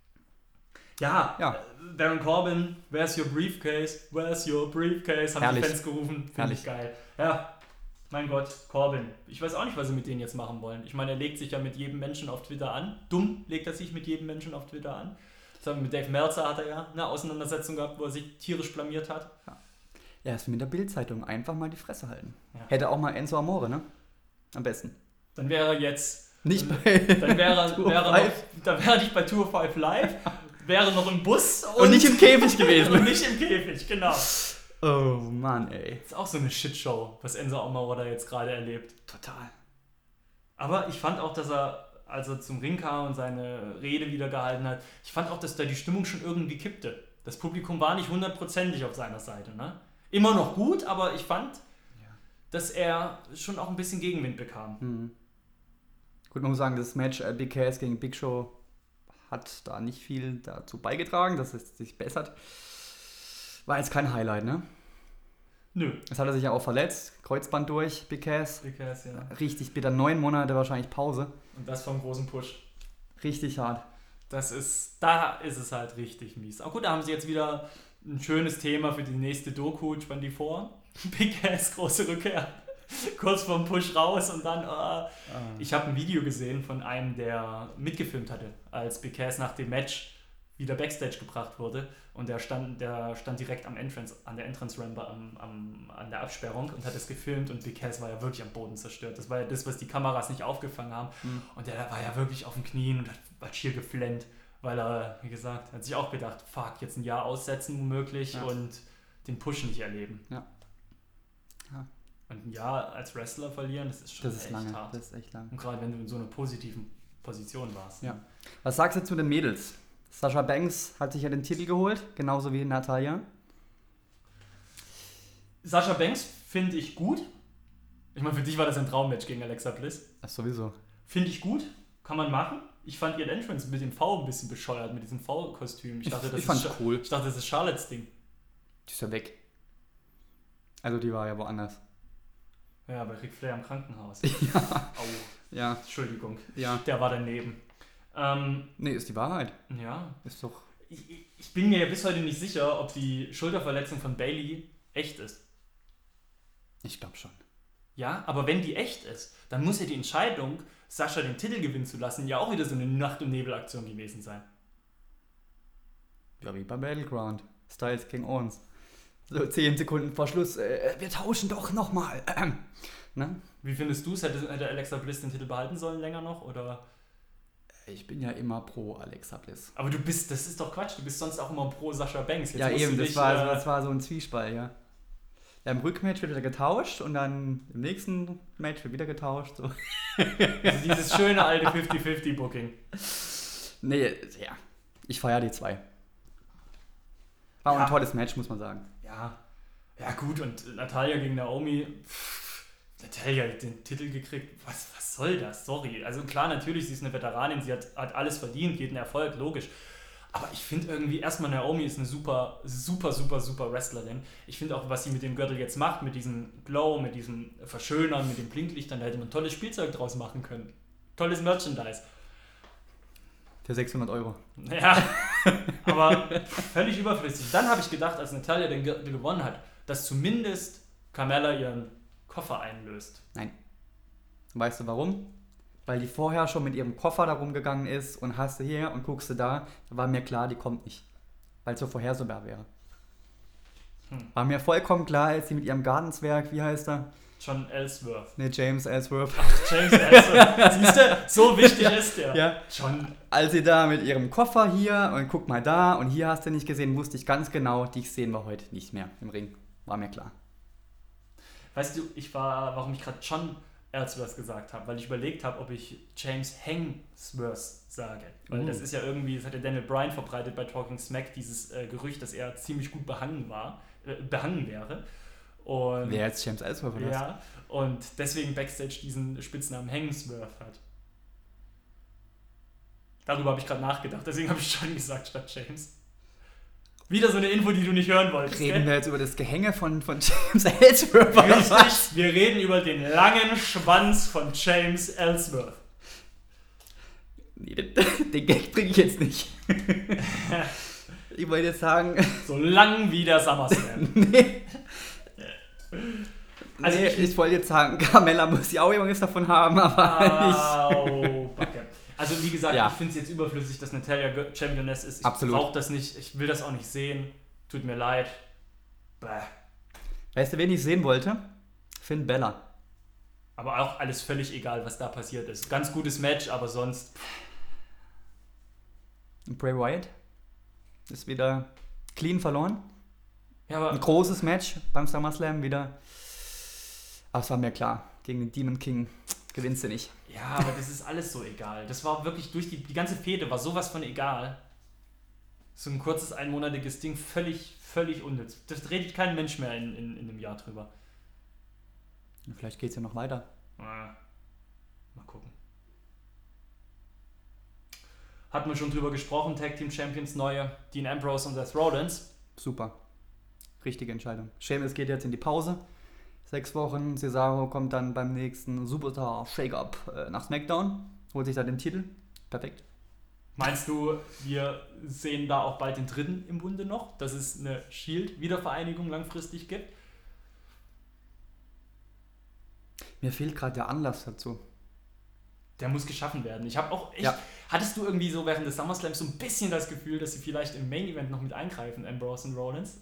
B: Ja,
A: Ja.
B: äh, Baron Corbin, where's your briefcase? Where's your briefcase? Haben
A: Herrlich.
B: die Fans gerufen. Finde
A: Herrlich.
B: ich geil. Ja, mein Gott, Corbin. Ich weiß auch nicht, was sie mit denen jetzt machen wollen. Ich meine, er legt sich ja mit jedem Menschen auf Twitter an. Dumm legt er sich mit jedem Menschen auf Twitter an. Das haben wir mit Dave Meltzer hat er ja eine Auseinandersetzung gehabt, wo er sich tierisch blamiert hat.
A: Ja, ist mit der Bild-Zeitung einfach mal die Fresse halten.
B: Ja.
A: Hätte auch mal Enzo Amore, ne? Am besten.
B: Dann wäre er jetzt...
A: Nicht
B: dann,
A: bei
B: dann wäre er,
A: Tour
B: wäre er
A: Five.
B: noch, dann wäre er nicht bei Tour Five Live, wäre noch im Bus
A: Und nicht im Käfig gewesen.
B: und nicht im Käfig, genau.
A: Oh Mann, ey.
B: Ist auch so eine Shitshow, was Enzo Amore da jetzt gerade erlebt.
A: Total.
B: Aber ich fand auch, dass er, als er zum Ring kam und seine Rede wieder gehalten hat, ich fand auch, dass da die Stimmung schon irgendwie kippte. Das Publikum war nicht hundertprozentig auf seiner Seite. Ne? Immer noch gut, aber ich fand, dass er schon auch ein bisschen Gegenwind bekam.
A: Hm. Gut, man muss sagen, das Match äh, Big Cass gegen Big Show hat da nicht viel dazu beigetragen, dass es sich bessert. War jetzt kein Highlight, ne?
B: Nö.
A: Jetzt hat er sich ja auch verletzt, Kreuzband durch, Big Cass.
B: Big Cass, ja.
A: Richtig bitter, neun Monate wahrscheinlich Pause.
B: Und das vom großen Push.
A: Richtig hart.
B: Das ist, da ist es halt richtig mies. Aber gut, da haben sie jetzt wieder ein schönes Thema für die nächste Doku, vierundzwanzig. Big Cass, große Rückkehr. Kurz vorm Push raus und dann, äh, ah. Ich habe ein Video gesehen von einem, der mitgefilmt hatte, als Big Cass nach dem Match wieder Backstage gebracht wurde und der stand, der stand direkt am Entrance, an der Entrance-Rampe am, am, an der Absperrung und hat es gefilmt und Big Cass war ja wirklich am Boden zerstört. Das war ja das, was die Kameras nicht aufgefangen haben. Mhm. Und der war ja wirklich auf den Knien und hat, hat schier geflennt, weil er, wie gesagt, hat sich auch gedacht, fuck, jetzt ein Jahr aussetzen womöglich ja. und den Push nicht erleben.
A: Ja. Ja.
B: Und ein Jahr als Wrestler verlieren, das ist schon
A: das ist
B: echt
A: lange.
B: hart.
A: Das ist echt lang.
B: Und gerade wenn du in so einer positiven Position warst.
A: Ja. Was sagst du zu den Mädels? Sasha Banks hat sich ja den Titel geholt, genauso wie Natalya.
B: Sasha Banks finde ich gut. Ich meine, für dich war das ein Traummatch gegen Alexa Bliss.
A: Ach, sowieso.
B: Finde ich gut, kann man machen. Ich fand ihren Entrance mit dem V ein bisschen bescheuert, mit diesem V-Kostüm. Ich, dachte, das
A: ich fand
B: ist
A: cool.
B: Ich dachte, das ist Charlottes Ding.
A: Die ist ja weg. Also die war ja woanders.
B: Ja, bei Ric Flair im Krankenhaus.
A: Ja.
B: Au.
A: Ja.
B: Entschuldigung.
A: Ja.
B: Der war daneben. Ähm,
A: nee, ist die Wahrheit.
B: Ja.
A: Ist doch...
B: Ich, ich bin mir bis heute nicht sicher, ob die Schulterverletzung von Bayley echt ist.
A: Ich glaube schon.
B: Ja, aber wenn die echt ist, dann muss ja die Entscheidung, Sascha den Titel gewinnen zu lassen, ja auch wieder so eine Nacht- und Nebel-Aktion gewesen sein.
A: Ja, wie bei Battleground. Styles gegen Owens. So zehn Sekunden vor Schluss, äh, wir tauschen doch nochmal. Ähm, ne?
B: Wie findest du es? Hätte, hätte Alexa Bliss den Titel behalten sollen länger noch? Oder?
A: Ich bin ja immer pro Alexa Bliss.
B: Aber du bist, das ist doch Quatsch, du bist sonst auch immer pro Sascha Banks. Jetzt
A: ja eben, das,
B: dich,
A: war,
B: äh,
A: so, das war so ein Zwiespalt, ja. Ja, im Rückmatch wird wieder getauscht und dann im nächsten Match wird wieder getauscht. So.
B: Also dieses schöne alte fünfzig fünfzig Booking.
A: Nee, ja, ich feiere die zwei. War auch
B: ja.
A: ein tolles Match, muss man sagen.
B: Ja, ja gut, und Natalya gegen Naomi, pff, Natalya hat den Titel gekriegt, was, was soll das, sorry. Also klar, natürlich, sie ist eine Veteranin, sie hat, hat alles verdient, jeden Erfolg, logisch. Aber ich finde irgendwie, erstmal Naomi ist eine super, super, super, super Wrestlerin. Ich finde auch, was sie mit dem Gürtel jetzt macht, mit diesem Glow, mit diesem Verschönern, mit den Blinklichtern, da hätte man ein tolles Spielzeug draus machen können. Tolles Merchandise.
A: Für sechshundert Euro.
B: Ja, aber völlig überflüssig. Dann habe ich gedacht, als Natalya den Gürtel gewonnen hat, dass zumindest Carmella ihren Koffer einlöst.
A: Nein. Weißt du warum? Weil die vorher schon mit ihrem Koffer da rumgegangen ist und hast du hier und guckst du da, da war mir klar, die kommt nicht. Weil es so vorhersehbar wäre. Hm. War mir vollkommen klar, als sie mit ihrem Gartenzwerg, wie heißt er?
B: John Ellsworth.
A: Ne, James Ellsworth.
B: Ach, James Ellsworth. Siehst du, so wichtig ist der.
A: Ja.
B: John.
A: Als sie da mit ihrem Koffer hier und guck mal da und hier hast du nicht gesehen, wusste ich ganz genau, dich sehen wir heute nicht mehr im Ring. War mir klar.
B: Weißt du, ich war, warum ich gerade John Ellsworth gesagt habe, weil ich überlegt habe, ob ich James Hangsworth sage. Weil uh. das ist ja irgendwie, das hat der Daniel Bryan verbreitet bei Talking Smack, dieses äh, Gerücht, dass er ziemlich gut behangen war, äh, behangen wäre. Und,
A: wer jetzt James Ellsworth oder
B: ja, und deswegen Backstage diesen Spitznamen Hangsworth hat. Darüber habe ich gerade nachgedacht, deswegen habe ich John gesagt statt James. Wieder so eine Info, die du nicht hören wolltest.
A: Reden
B: gell?
A: wir jetzt über das Gehänge von, von James Ellsworth?
B: Richtig, wir reden über den langen Schwanz von James Ellsworth.
A: Nee, den, den Gag bringe ich jetzt nicht. Ich wollte jetzt sagen...
B: So lang wie der SummerSlam.
A: nee.
B: Also
A: nee,
B: ich,
A: ich wollte jetzt sagen, Carmella muss ja auch irgendwas davon haben, aber
B: oh, Backe. Also wie gesagt,
A: ja.
B: ich finde es jetzt überflüssig, dass Natalya Championess ist. Ich brauche das nicht, ich will das auch nicht sehen. Tut mir leid. Bäh.
A: Weißt du, wen ich sehen wollte? Finn Bella.
B: Aber auch alles völlig egal, was da passiert ist. Ganz gutes Match, aber sonst...
A: Und Bray Wyatt ist wieder clean verloren.
B: Ja, aber
A: ein großes Match beim SummerSlam wieder. Aber es war mir klar, gegen den Demon King gewinnst du nicht.
B: Ja, aber das ist alles so egal. Das war wirklich durch die, die ganze Fehde war sowas von egal. So ein kurzes, einmonatiges Ding, völlig, völlig unnütz. Das redet kein Mensch mehr in, in, in einem Jahr drüber.
A: Vielleicht geht es ja noch weiter.
B: Ah, mal gucken. Hatten wir schon drüber gesprochen, Tag Team Champions neue, Dean Ambrose und Seth Rollins.
A: Super. Richtige Entscheidung. Sheamus geht jetzt in die Pause. Sechs Wochen. Cesaro kommt dann beim nächsten Superstar Shake-Up äh, nach SmackDown. Holt sich da den Titel. Perfekt.
B: Meinst du, wir sehen da auch bald den dritten im Bunde noch, dass es eine Shield-Wiedervereinigung langfristig gibt?
A: Mir fehlt gerade der Anlass dazu.
B: Der muss geschaffen werden. Ich habe auch echt...
A: Ja.
B: Hattest du irgendwie so während des SummerSlams so ein bisschen das Gefühl, dass sie vielleicht im Main-Event noch mit eingreifen, Ambrose und Rollins?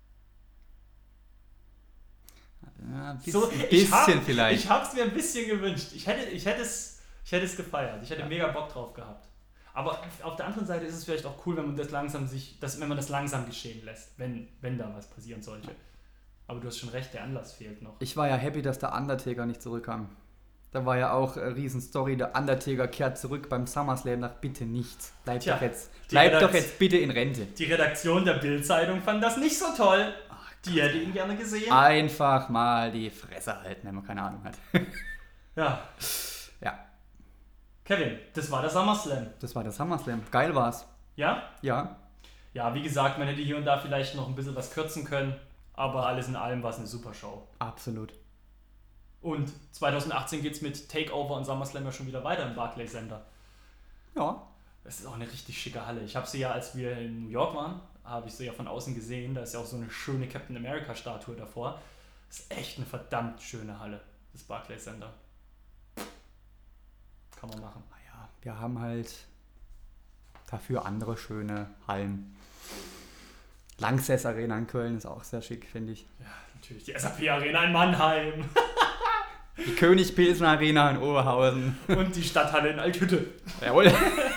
A: Ja, ein bisschen,
B: So,
A: ein
B: ich
A: bisschen
B: hab,
A: vielleicht.
B: Ich habe es mir ein bisschen gewünscht. Ich hätte, ich hätte es, ich hätte es gefeiert. Ich hätte
A: Ja.
B: mega Bock drauf gehabt. Aber auf der anderen Seite ist es vielleicht auch cool, wenn man das langsam sich, dass, wenn man das langsam geschehen lässt, wenn, wenn da was passieren sollte. Aber du hast schon recht, der Anlass fehlt noch.
A: Ich war ja happy, dass der Undertaker nicht zurückkam. Da war ja auch eine Riesenstory, der Undertaker kehrt zurück beim SummerSlam nach bitte nicht. Bleib
B: Tja,
A: doch jetzt,
B: die
A: bleib
B: Redakt-
A: doch jetzt bitte in Rente.
B: Die Redaktion der Bild-Zeitung fand das nicht so toll. Die hätte ihn gerne gesehen.
A: Einfach mal die Fresse halten, wenn man keine Ahnung hat.
B: Ja.
A: Ja,
B: Kevin, das war der SummerSlam.
A: das war der SummerSlam. Geil war's.
B: Ja?
A: Ja,
B: Ja, wie gesagt, man hätte hier und da vielleicht noch ein bisschen was kürzen können, aber alles in allem war es eine super Show.
A: absolut.
B: Und zwanzig achtzehn geht es mit Takeover und SummerSlam ja schon wieder weiter im Barclays Center.
A: Ja,
B: Das ist auch eine richtig schicke Halle. Ich habe sie ja, als wir in New York waren, habe ich sie ja von außen gesehen. Da ist ja auch so eine schöne Captain America Statue davor. Das ist echt eine verdammt schöne Halle, das Barclays Center. Kann man machen.
A: naja, wir haben halt dafür andere schöne Hallen. Lanxess Arena in Köln ist auch sehr schick, finde ich.
B: Ja, natürlich. Die S A P Arena in Mannheim
A: Die König Pilsner Arena in Oberhausen.
B: und die Stadthalle in Althütte.
A: Jawohl.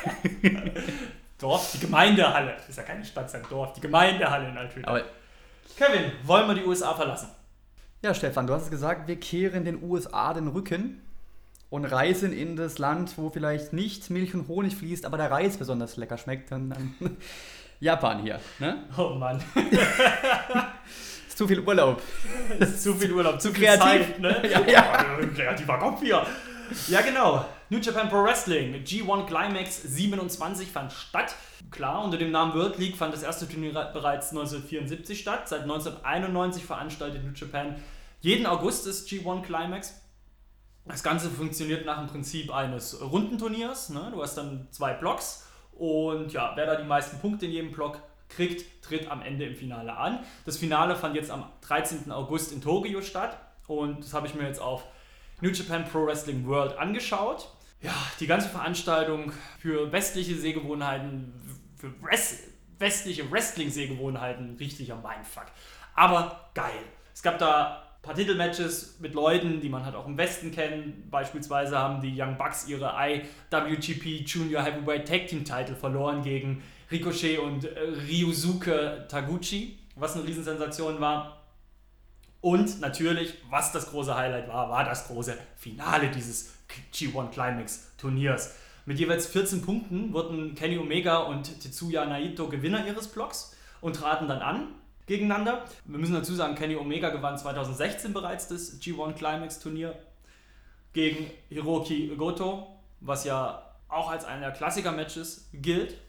B: Dorf, die Gemeindehalle. Das ist ja keine Stadt, das ist ein Dorf. Die Gemeindehalle in Althütte.
A: Aber
B: Kevin, wollen wir die U S A verlassen?
A: ja, Stefan, du hast es gesagt, wir kehren den U S A den Rücken und reisen in das Land, wo vielleicht nicht Milch und Honig fließt, aber der Reis besonders lecker schmeckt. Und dann Japan hier. Ne?
B: Oh Mann,
A: Ist zu viel Urlaub.
B: das ist zu viel Urlaub, zu viel
A: kreativ.
B: Zeit. Ne?
A: Ja, ja.
B: Oh, kreativer Kopf hier. Ja genau, New Japan Pro Wrestling, G eins Climax siebenundzwanzig fand statt. Klar, unter dem Namen World League fand das erste Turnier bereits neunzehnhundertvierundsiebzig statt. Seit neunzehnhunderteinundneunzig veranstaltet New Japan jeden August das G eins Climax. Das Ganze funktioniert nach dem Prinzip eines Rundenturniers. Ne? Du hast dann zwei Blocks und ja, wer da die meisten Punkte in jedem Block kriegt, tritt am Ende im Finale an. Das Finale fand jetzt am dreizehnten August in Tokio statt und das habe ich mir jetzt auf New Japan Pro Wrestling World angeschaut. Ja, die ganze Veranstaltung für westliche Sehgewohnheiten, für Wrest- westliche Wrestling-Sehgewohnheiten richtiger Mindfuck. Aber geil. Es gab da ein paar Titelmatches mit Leuten, die man halt auch im Westen kennt. Beispielsweise haben die Young Bucks ihre I W G P Junior Heavyweight Tag Team Title verloren gegen Ricochet und äh, Ryusuke Taguchi, was eine Riesensensation war. Und natürlich, was das große Highlight war, war das große Finale dieses G eins Climax Turniers. Mit jeweils vierzehn Punkten wurden Kenny Omega und Tetsuya Naito Gewinner ihres Blocks und traten dann an gegeneinander. Wir müssen dazu sagen, Kenny Omega gewann zweitausendsechzehn bereits das G eins Climax Turnier gegen Hiroki Goto, was ja auch als einer der Klassiker-Matches gilt.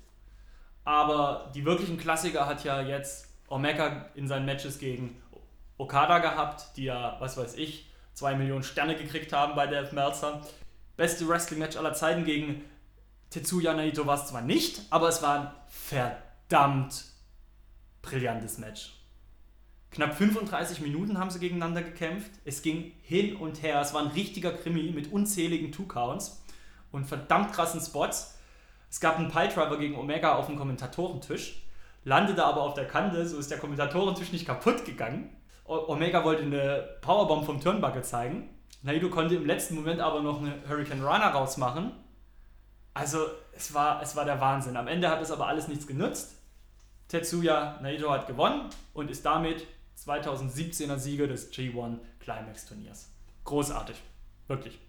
B: Aber die wirklichen Klassiker hat ja jetzt Omega in seinen Matches gegen Okada gehabt, die ja, was weiß ich, zwei Millionen Sterne gekriegt haben bei Dave Meltzer. Beste Wrestling-Match aller Zeiten gegen Tetsuya Naito war es zwar nicht, aber es war ein verdammt brillantes Match. Knapp fünfunddreißig Minuten haben sie gegeneinander gekämpft. Es ging hin und her. Es war ein richtiger Krimi mit unzähligen Two-Counts und verdammt krassen Spots. Es gab einen Piledriver gegen Omega auf dem Kommentatorentisch, landete aber auf der Kante, so ist der Kommentatorentisch nicht kaputt gegangen. O- Omega wollte eine Powerbomb vom Turnbuckle zeigen. Naito konnte im letzten Moment aber noch eine Hurricane Runner rausmachen. Also es war, es war der Wahnsinn. Am Ende hat es aber alles nichts genutzt. Tetsuya Naito hat gewonnen und ist damit zweitausendsiebzehner Sieger des G eins Climax Turniers. Großartig. Wirklich.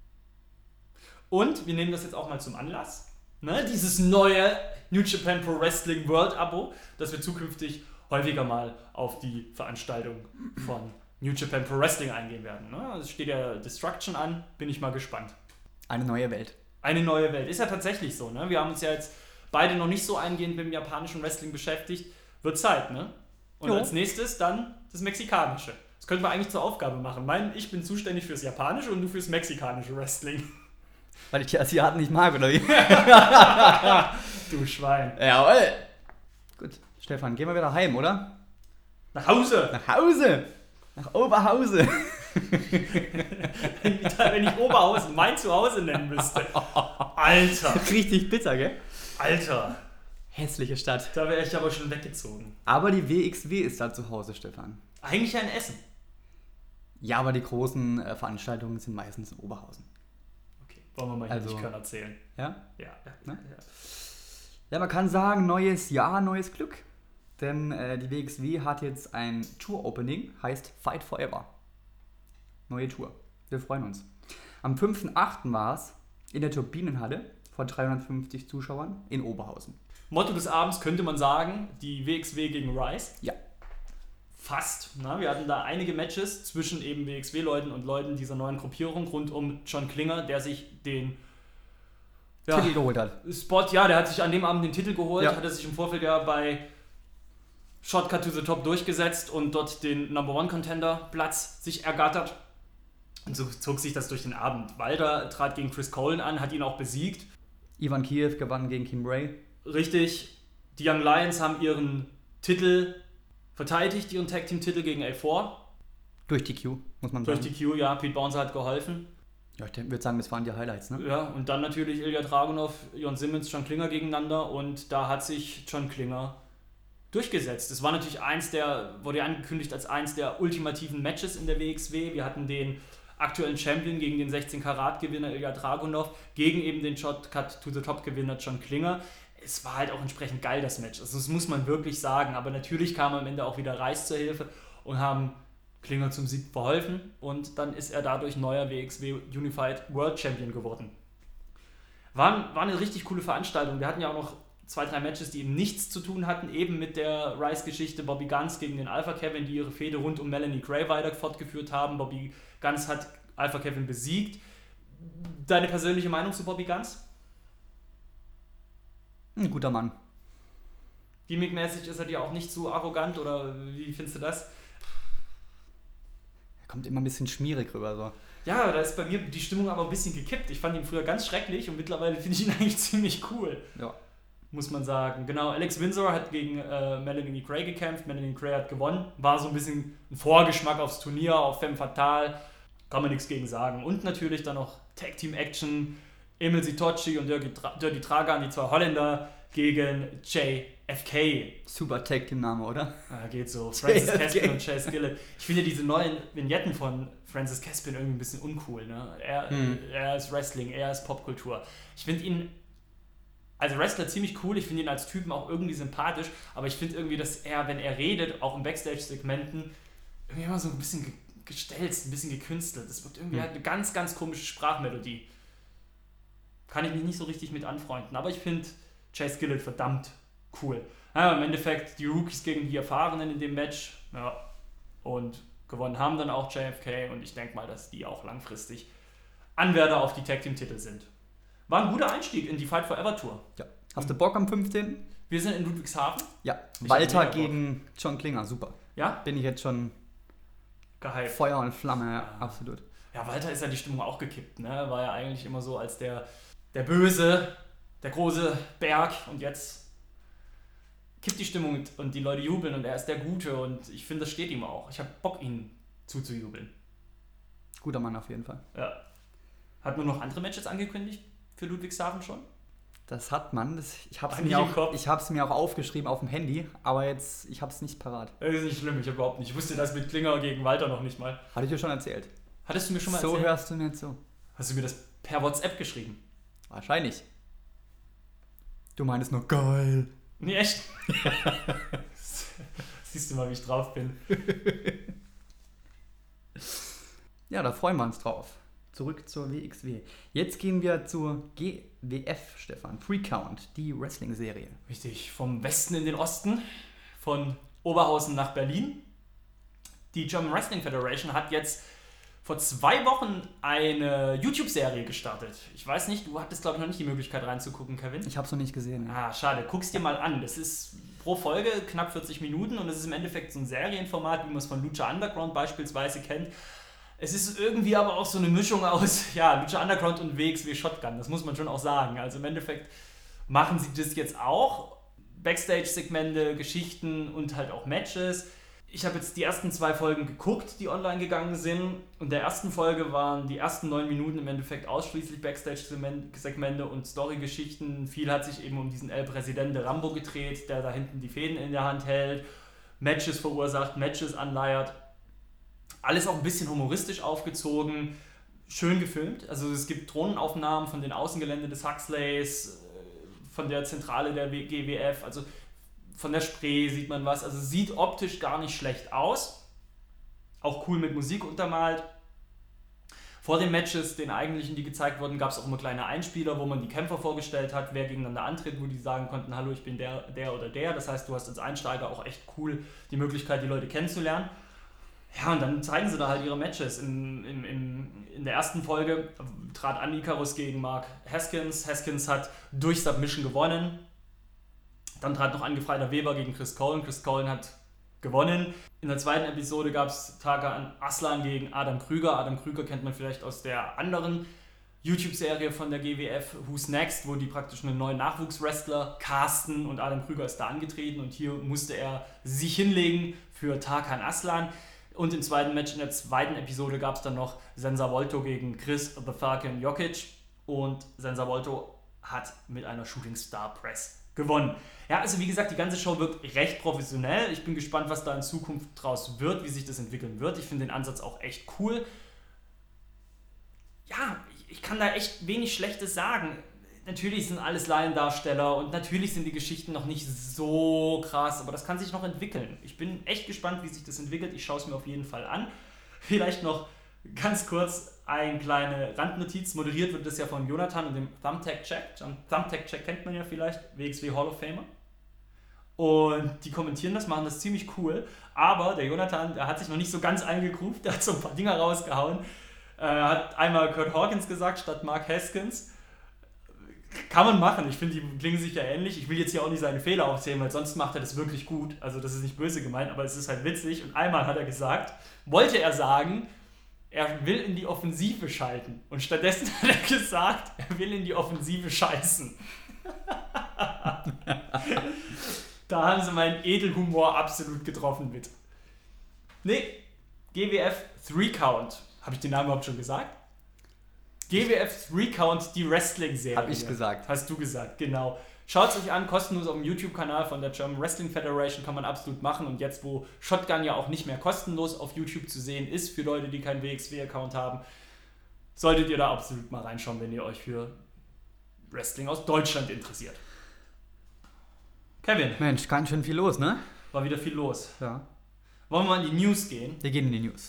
B: Und wir nehmen das jetzt auch mal zum Anlass. Ne, dieses neue New Japan Pro Wrestling World Abo, dass wir zukünftig häufiger mal auf die Veranstaltung von New Japan Pro Wrestling eingehen werden. Ne? Es steht ja Destruction an, bin ich mal gespannt.
A: Eine neue Welt.
B: Eine neue Welt. Ist ja tatsächlich so. Ne? Wir haben uns ja jetzt beide noch nicht so eingehend mit dem japanischen Wrestling beschäftigt. Wird Zeit, ne? Und
A: Jo.
B: als nächstes dann das Mexikanische. Das könnten wir eigentlich zur Aufgabe machen. Mein, ich bin zuständig fürs Japanische und du fürs mexikanische Wrestling.
A: Weil ich die Asiaten nicht mag, oder wie?
B: Du Schwein.
A: Jawohl. Gut, Stefan, gehen wir wieder heim, oder?
B: Nach Hause!
A: Nach Hause. Nach Oberhause.
B: Wenn ich Oberhausen mein Zuhause nennen müsste. Alter!
A: Richtig bitter, gell?
B: Alter!
A: Hässliche Stadt.
B: Da wäre ich aber schon weggezogen.
A: Aber die W X W ist da zu Hause, Stefan.
B: Eigentlich ein Essen.
A: Ja, aber die großen äh, Veranstaltungen sind meistens in Oberhausen.
B: Okay, wollen wir mal hier
A: Also-
B: nicht können erzählen.
A: Ja?
B: Ja, ja,
A: Ne?
B: ja.
A: Ja, man kann sagen, neues Jahr, neues Glück. Denn äh, die W X W hat jetzt ein Tour-Opening, heißt Fight Forever. Neue Tour. Wir freuen uns. Am fünften achten war es in der Turbinenhalle vor dreihundertfünfzig Zuschauern in Oberhausen.
B: Motto des Abends könnte man sagen, die W X W gegen Rise.
A: Ja.
B: Fast. Na, wir hatten da einige Matches zwischen eben W X W-Leuten und Leuten dieser neuen Gruppierung rund um John Klinger, der sich den ja,
A: Titel geholt hat.
B: Spot, ja, der hat sich an dem Abend den Titel geholt,
A: Ja.
B: hat er sich im Vorfeld ja bei Shortcut to the Top durchgesetzt und dort den Number One Contender Platz sich ergattert. Und so zog sich das durch den Abend. Walter trat gegen Chris Colin an, hat ihn auch besiegt.
A: Ivan Kiev gewann gegen Kim Ray.
B: Richtig, die Young Lions haben ihren Titel verteidigt, ihren Tag Team Titel gegen A vier.
A: Durch die Q, muss man
B: Durch
A: sagen.
B: die Q, ja, Pete Bouncer hat geholfen.
A: Ja, ich würde sagen, das waren die Highlights, ne?
B: Ja, und dann natürlich Ilya Dragunov, Jon Simmons, John Klinger gegeneinander und da hat sich John Klinger durchgesetzt. Es war natürlich eins der, wurde ja angekündigt als eins der ultimativen Matches in der W X W. Wir hatten den aktuellen Champion gegen den sechzehn Karat Gewinner Ilya Dragunov, gegen eben den Shortcut to the Top Gewinner John Klinger. Es war halt auch entsprechend geil, das Match. Also das muss man wirklich sagen. Aber natürlich kam am Ende auch wieder Reis zur Hilfe und haben Klinger zum Sieg verholfen und dann ist er dadurch neuer W X W Unified World Champion geworden. War, war eine richtig coole Veranstaltung. Wir hatten ja auch noch zwei, drei Matches, die eben nichts zu tun hatten, eben mit der Rice-Geschichte. Bobby Guns gegen den Alpha Kevin, die ihre Fehde rund um Melanie Gray weiter fortgeführt haben. Bobby Guns hat Alpha Kevin besiegt. Deine persönliche Meinung zu Bobby Guns?
A: Ein guter Mann.
B: Gimmickmäßig ist er dir auch nicht so arrogant oder wie findest du das?
A: Er kommt immer ein bisschen schmierig rüber, so.
B: Ja, da ist bei mir die Stimmung aber ein bisschen gekippt. Ich fand ihn früher ganz schrecklich und mittlerweile finde ich ihn eigentlich ziemlich cool.
A: Ja.
B: Muss man sagen. Genau, Alex Windsor hat gegen äh, Melanie Gray gekämpft. Melanie Gray hat gewonnen. War so ein bisschen ein Vorgeschmack aufs Turnier, auf Femme Fatale. Kann man nichts gegen sagen. Und natürlich dann noch Tag Team Action. Emil Sitoci und Dirty, Tra- Dirty Tragan, die zwei Holländer, gegen J F K.
A: Super Tag-Team-Name, oder?
B: Ah, geht so.
A: J
B: Francis
A: F K.
B: Caspin und Chase Gillett. Ich finde diese neuen Vignetten von Francis Caspin irgendwie ein bisschen uncool. Ne? Er,
A: Hm.
B: er ist Wrestling, er ist Popkultur. Ich finde ihn als Wrestler ziemlich cool. Ich finde ihn als Typen auch irgendwie sympathisch. Aber ich finde irgendwie, dass er, wenn er redet, auch in Backstage-Segmenten, irgendwie immer so ein bisschen ge- gestelzt, ein bisschen gekünstelt. Das wird irgendwie
A: Hm.
B: halt eine ganz, ganz komische Sprachmelodie. Kann ich mich nicht so richtig mit anfreunden. Aber ich finde Chase Gillett verdammt cool. Ja, im Endeffekt die Rookies gegen die Erfahrenen in dem Match. Ja. Und gewonnen haben dann auch J F K. Und ich denke mal, dass die auch langfristig Anwärter auf die Tag Team Titel sind. War ein guter Einstieg in die Fight Forever Tour.
A: Ja. Hast du Bock am fünfzehnten?
B: Wir sind in Ludwigshafen.
A: Ja.
B: Ich
A: Walter
B: hab mega Bock.
A: gegen John Klinger, super.
B: Ja,
A: Bin ich jetzt schon
B: gehypt.
A: Feuer und Flamme, ja,
B: Ja.
A: absolut.
B: Ja, Walter ist ja die Stimmung auch gekippt. Ne? War ja eigentlich immer so als der, der Böse, der große Berg. Und jetzt kippt die Stimmung und- und die Leute jubeln und er ist der Gute. Und ich finde, das steht ihm auch. Ich habe Bock, ihn zuzujubeln.
A: Guter Mann auf jeden Fall.
B: Ja. Hat man noch andere Matches angekündigt für Ludwigshafen schon?
A: Das hat man. Das, ich habe es
B: Hab ich
A: mir,
B: im
A: auch-
B: Kopf.
A: ich hab's mir auch aufgeschrieben auf dem Handy, aber jetzt, ich habe es nicht parat.
B: Das ist nicht schlimm, ich habe überhaupt nicht. Ich wusste das mit Klinger gegen Walter noch nicht mal.
A: Hatte ich dir schon erzählt.
B: Hattest du mir schon mal
A: So
B: erzählt?
A: hörst du mir zu.
B: Hast du mir das per WhatsApp geschrieben?
A: Wahrscheinlich. Du meinst nur geil.
B: Nee, echt? Siehst du mal, wie ich drauf bin.
A: Ja, da freuen wir uns drauf. Zurück zur W X W. Jetzt gehen wir zur G W F, Stefan. Free Count, die Wrestling-Serie.
B: Richtig, vom Westen in den Osten, von Oberhausen nach Berlin. Die German Wrestling Federation hat jetzt vor zwei Wochen eine YouTube-Serie gestartet. Ich weiß nicht, du hattest, glaube ich, noch nicht die Möglichkeit reinzugucken, Kevin.
A: Ich habe es noch nicht gesehen.
B: Ah, schade. Guck's dir mal an. Das ist pro Folge knapp vierzig Minuten und es ist im Endeffekt so ein Serienformat, wie man es von Lucha Underground beispielsweise kennt. Es ist irgendwie aber auch so eine Mischung aus ja, Lucha Underground und W X W Shotgun. Das muss man schon auch sagen. Also im Endeffekt machen sie das jetzt auch. Backstage-Segmente, Geschichten und halt auch Matches. Ich habe jetzt die ersten zwei Folgen geguckt, die online gegangen sind. Und in der ersten Folge waren die ersten neun Minuten im Endeffekt ausschließlich Backstage-Segmente und Story-Geschichten. Viel hat sich eben um diesen El Presidente Rambo gedreht, der da hinten die Fäden in der Hand hält, Matches verursacht, Matches anleiert. Alles auch ein bisschen humoristisch aufgezogen, schön gefilmt. Also es gibt Drohnenaufnahmen von den Außengelände des Huxleys, von der Zentrale der G W F, also von der Spree sieht man was. Also sieht optisch gar nicht schlecht aus. Auch cool mit Musik untermalt. Vor den Matches, den eigentlichen, die gezeigt wurden, gab es auch immer kleine Einspieler, wo man die Kämpfer vorgestellt hat, wer gegeneinander antritt, wo die sagen konnten, hallo, ich bin der, der oder der. Das heißt, du hast als Einsteiger auch echt cool die Möglichkeit, die Leute kennenzulernen. Ja, und dann zeigen sie da halt ihre Matches. In, in, in, in der ersten Folge trat Andy Icarus gegen Mark Haskins. Haskins hat durch Submission gewonnen. Dann trat noch Angefreiter Weber gegen Chris Colin. Chris Colin hat gewonnen. In der zweiten Episode gab es Tarkan Aslan gegen Adam Krüger. Adam Krüger kennt man vielleicht aus der anderen YouTube-Serie von der G W F, Who's Next, wo die praktisch einen neuen Nachwuchswrestler casten und Adam Krüger ist da angetreten und hier musste er sich hinlegen für Tarkan Aslan. Und im zweiten Match, in der zweiten Episode, gab es dann noch Senza Volto gegen Chris The Falcon Jokic und Senza Volto hat mit einer Shooting Star Press gewonnen. Ja, also wie gesagt, die ganze Show wirkt recht professionell. Ich bin gespannt, was da in Zukunft draus wird, wie sich das entwickeln wird. Ich finde den Ansatz auch echt cool. Ja, ich kann da echt wenig Schlechtes sagen. Natürlich sind alles Laiendarsteller und natürlich sind die Geschichten noch nicht so krass, aber das kann sich noch entwickeln. Ich bin echt gespannt, wie sich das entwickelt. Ich schaue es mir auf jeden Fall an. Vielleicht noch ganz kurz eine kleine Randnotiz. Moderiert wird das ja von Jonathan und dem Thumbtack-Check. Thumbtack-Check kennt man ja vielleicht, W X W Hall of Famer. Und die kommentieren das, machen das ziemlich cool. Aber der Jonathan, der hat sich noch nicht so ganz eingegruft, der hat so ein paar Dinger rausgehauen. Er hat einmal Kurt Hawkins gesagt statt Mark Haskins. Kann man machen, ich finde, die klingen sich ja ähnlich. Ich will jetzt hier auch nicht seine Fehler aufzählen, weil sonst macht er das wirklich gut. Also das ist nicht böse gemeint, aber es ist halt witzig. Und einmal hat er gesagt, wollte er sagen, er will in die Offensive schalten. Und stattdessen hat er gesagt, er will in die Offensive scheißen. Da haben sie meinen Edelhumor absolut getroffen mit. Nee, G W F Three Count. Habe ich den Namen überhaupt schon gesagt? G W F Three Count, die Wrestling-Serie.
A: Hab ich gesagt.
B: Hast du gesagt, genau. Schaut es euch an, kostenlos auf dem YouTube-Kanal von der German Wrestling Federation, kann man absolut machen. Und jetzt, wo Shotgun ja auch nicht mehr kostenlos auf YouTube zu sehen ist, für Leute, die keinen W X W-Account haben, solltet ihr da absolut mal reinschauen, wenn ihr euch für Wrestling aus Deutschland interessiert. Kevin.
A: Mensch, ganz schön viel los, ne?
B: War wieder viel los.
A: Ja.
B: Wollen wir mal in die News gehen?
A: Wir gehen in die News.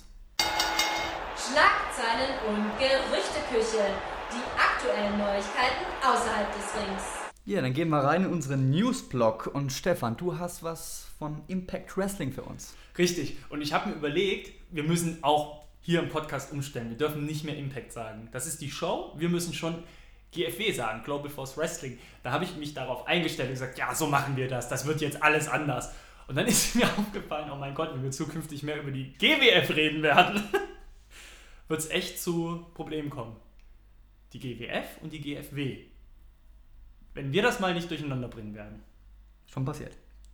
C: Schlagzeilen und Gerüchteküche. Die aktuellen Neuigkeiten außerhalb des Rings.
A: Ja, dann gehen wir rein in unseren News-Blog. Und Stefan, du hast was von Impact Wrestling für uns.
B: Richtig. Und ich habe mir überlegt, wir müssen auch hier im Podcast umstellen. Wir dürfen nicht mehr Impact sagen. Das ist die Show. Wir müssen schon G F W sagen, Global Force Wrestling. Da habe ich mich darauf eingestellt und gesagt, ja, so machen wir das. Das wird jetzt alles anders. Und dann ist mir aufgefallen, oh mein Gott, wenn wir zukünftig mehr über die G W F reden werden, wird es echt zu Problemen kommen. Die G W F und die G F W. Wenn wir das mal nicht durcheinander bringen werden.
A: Schon passiert.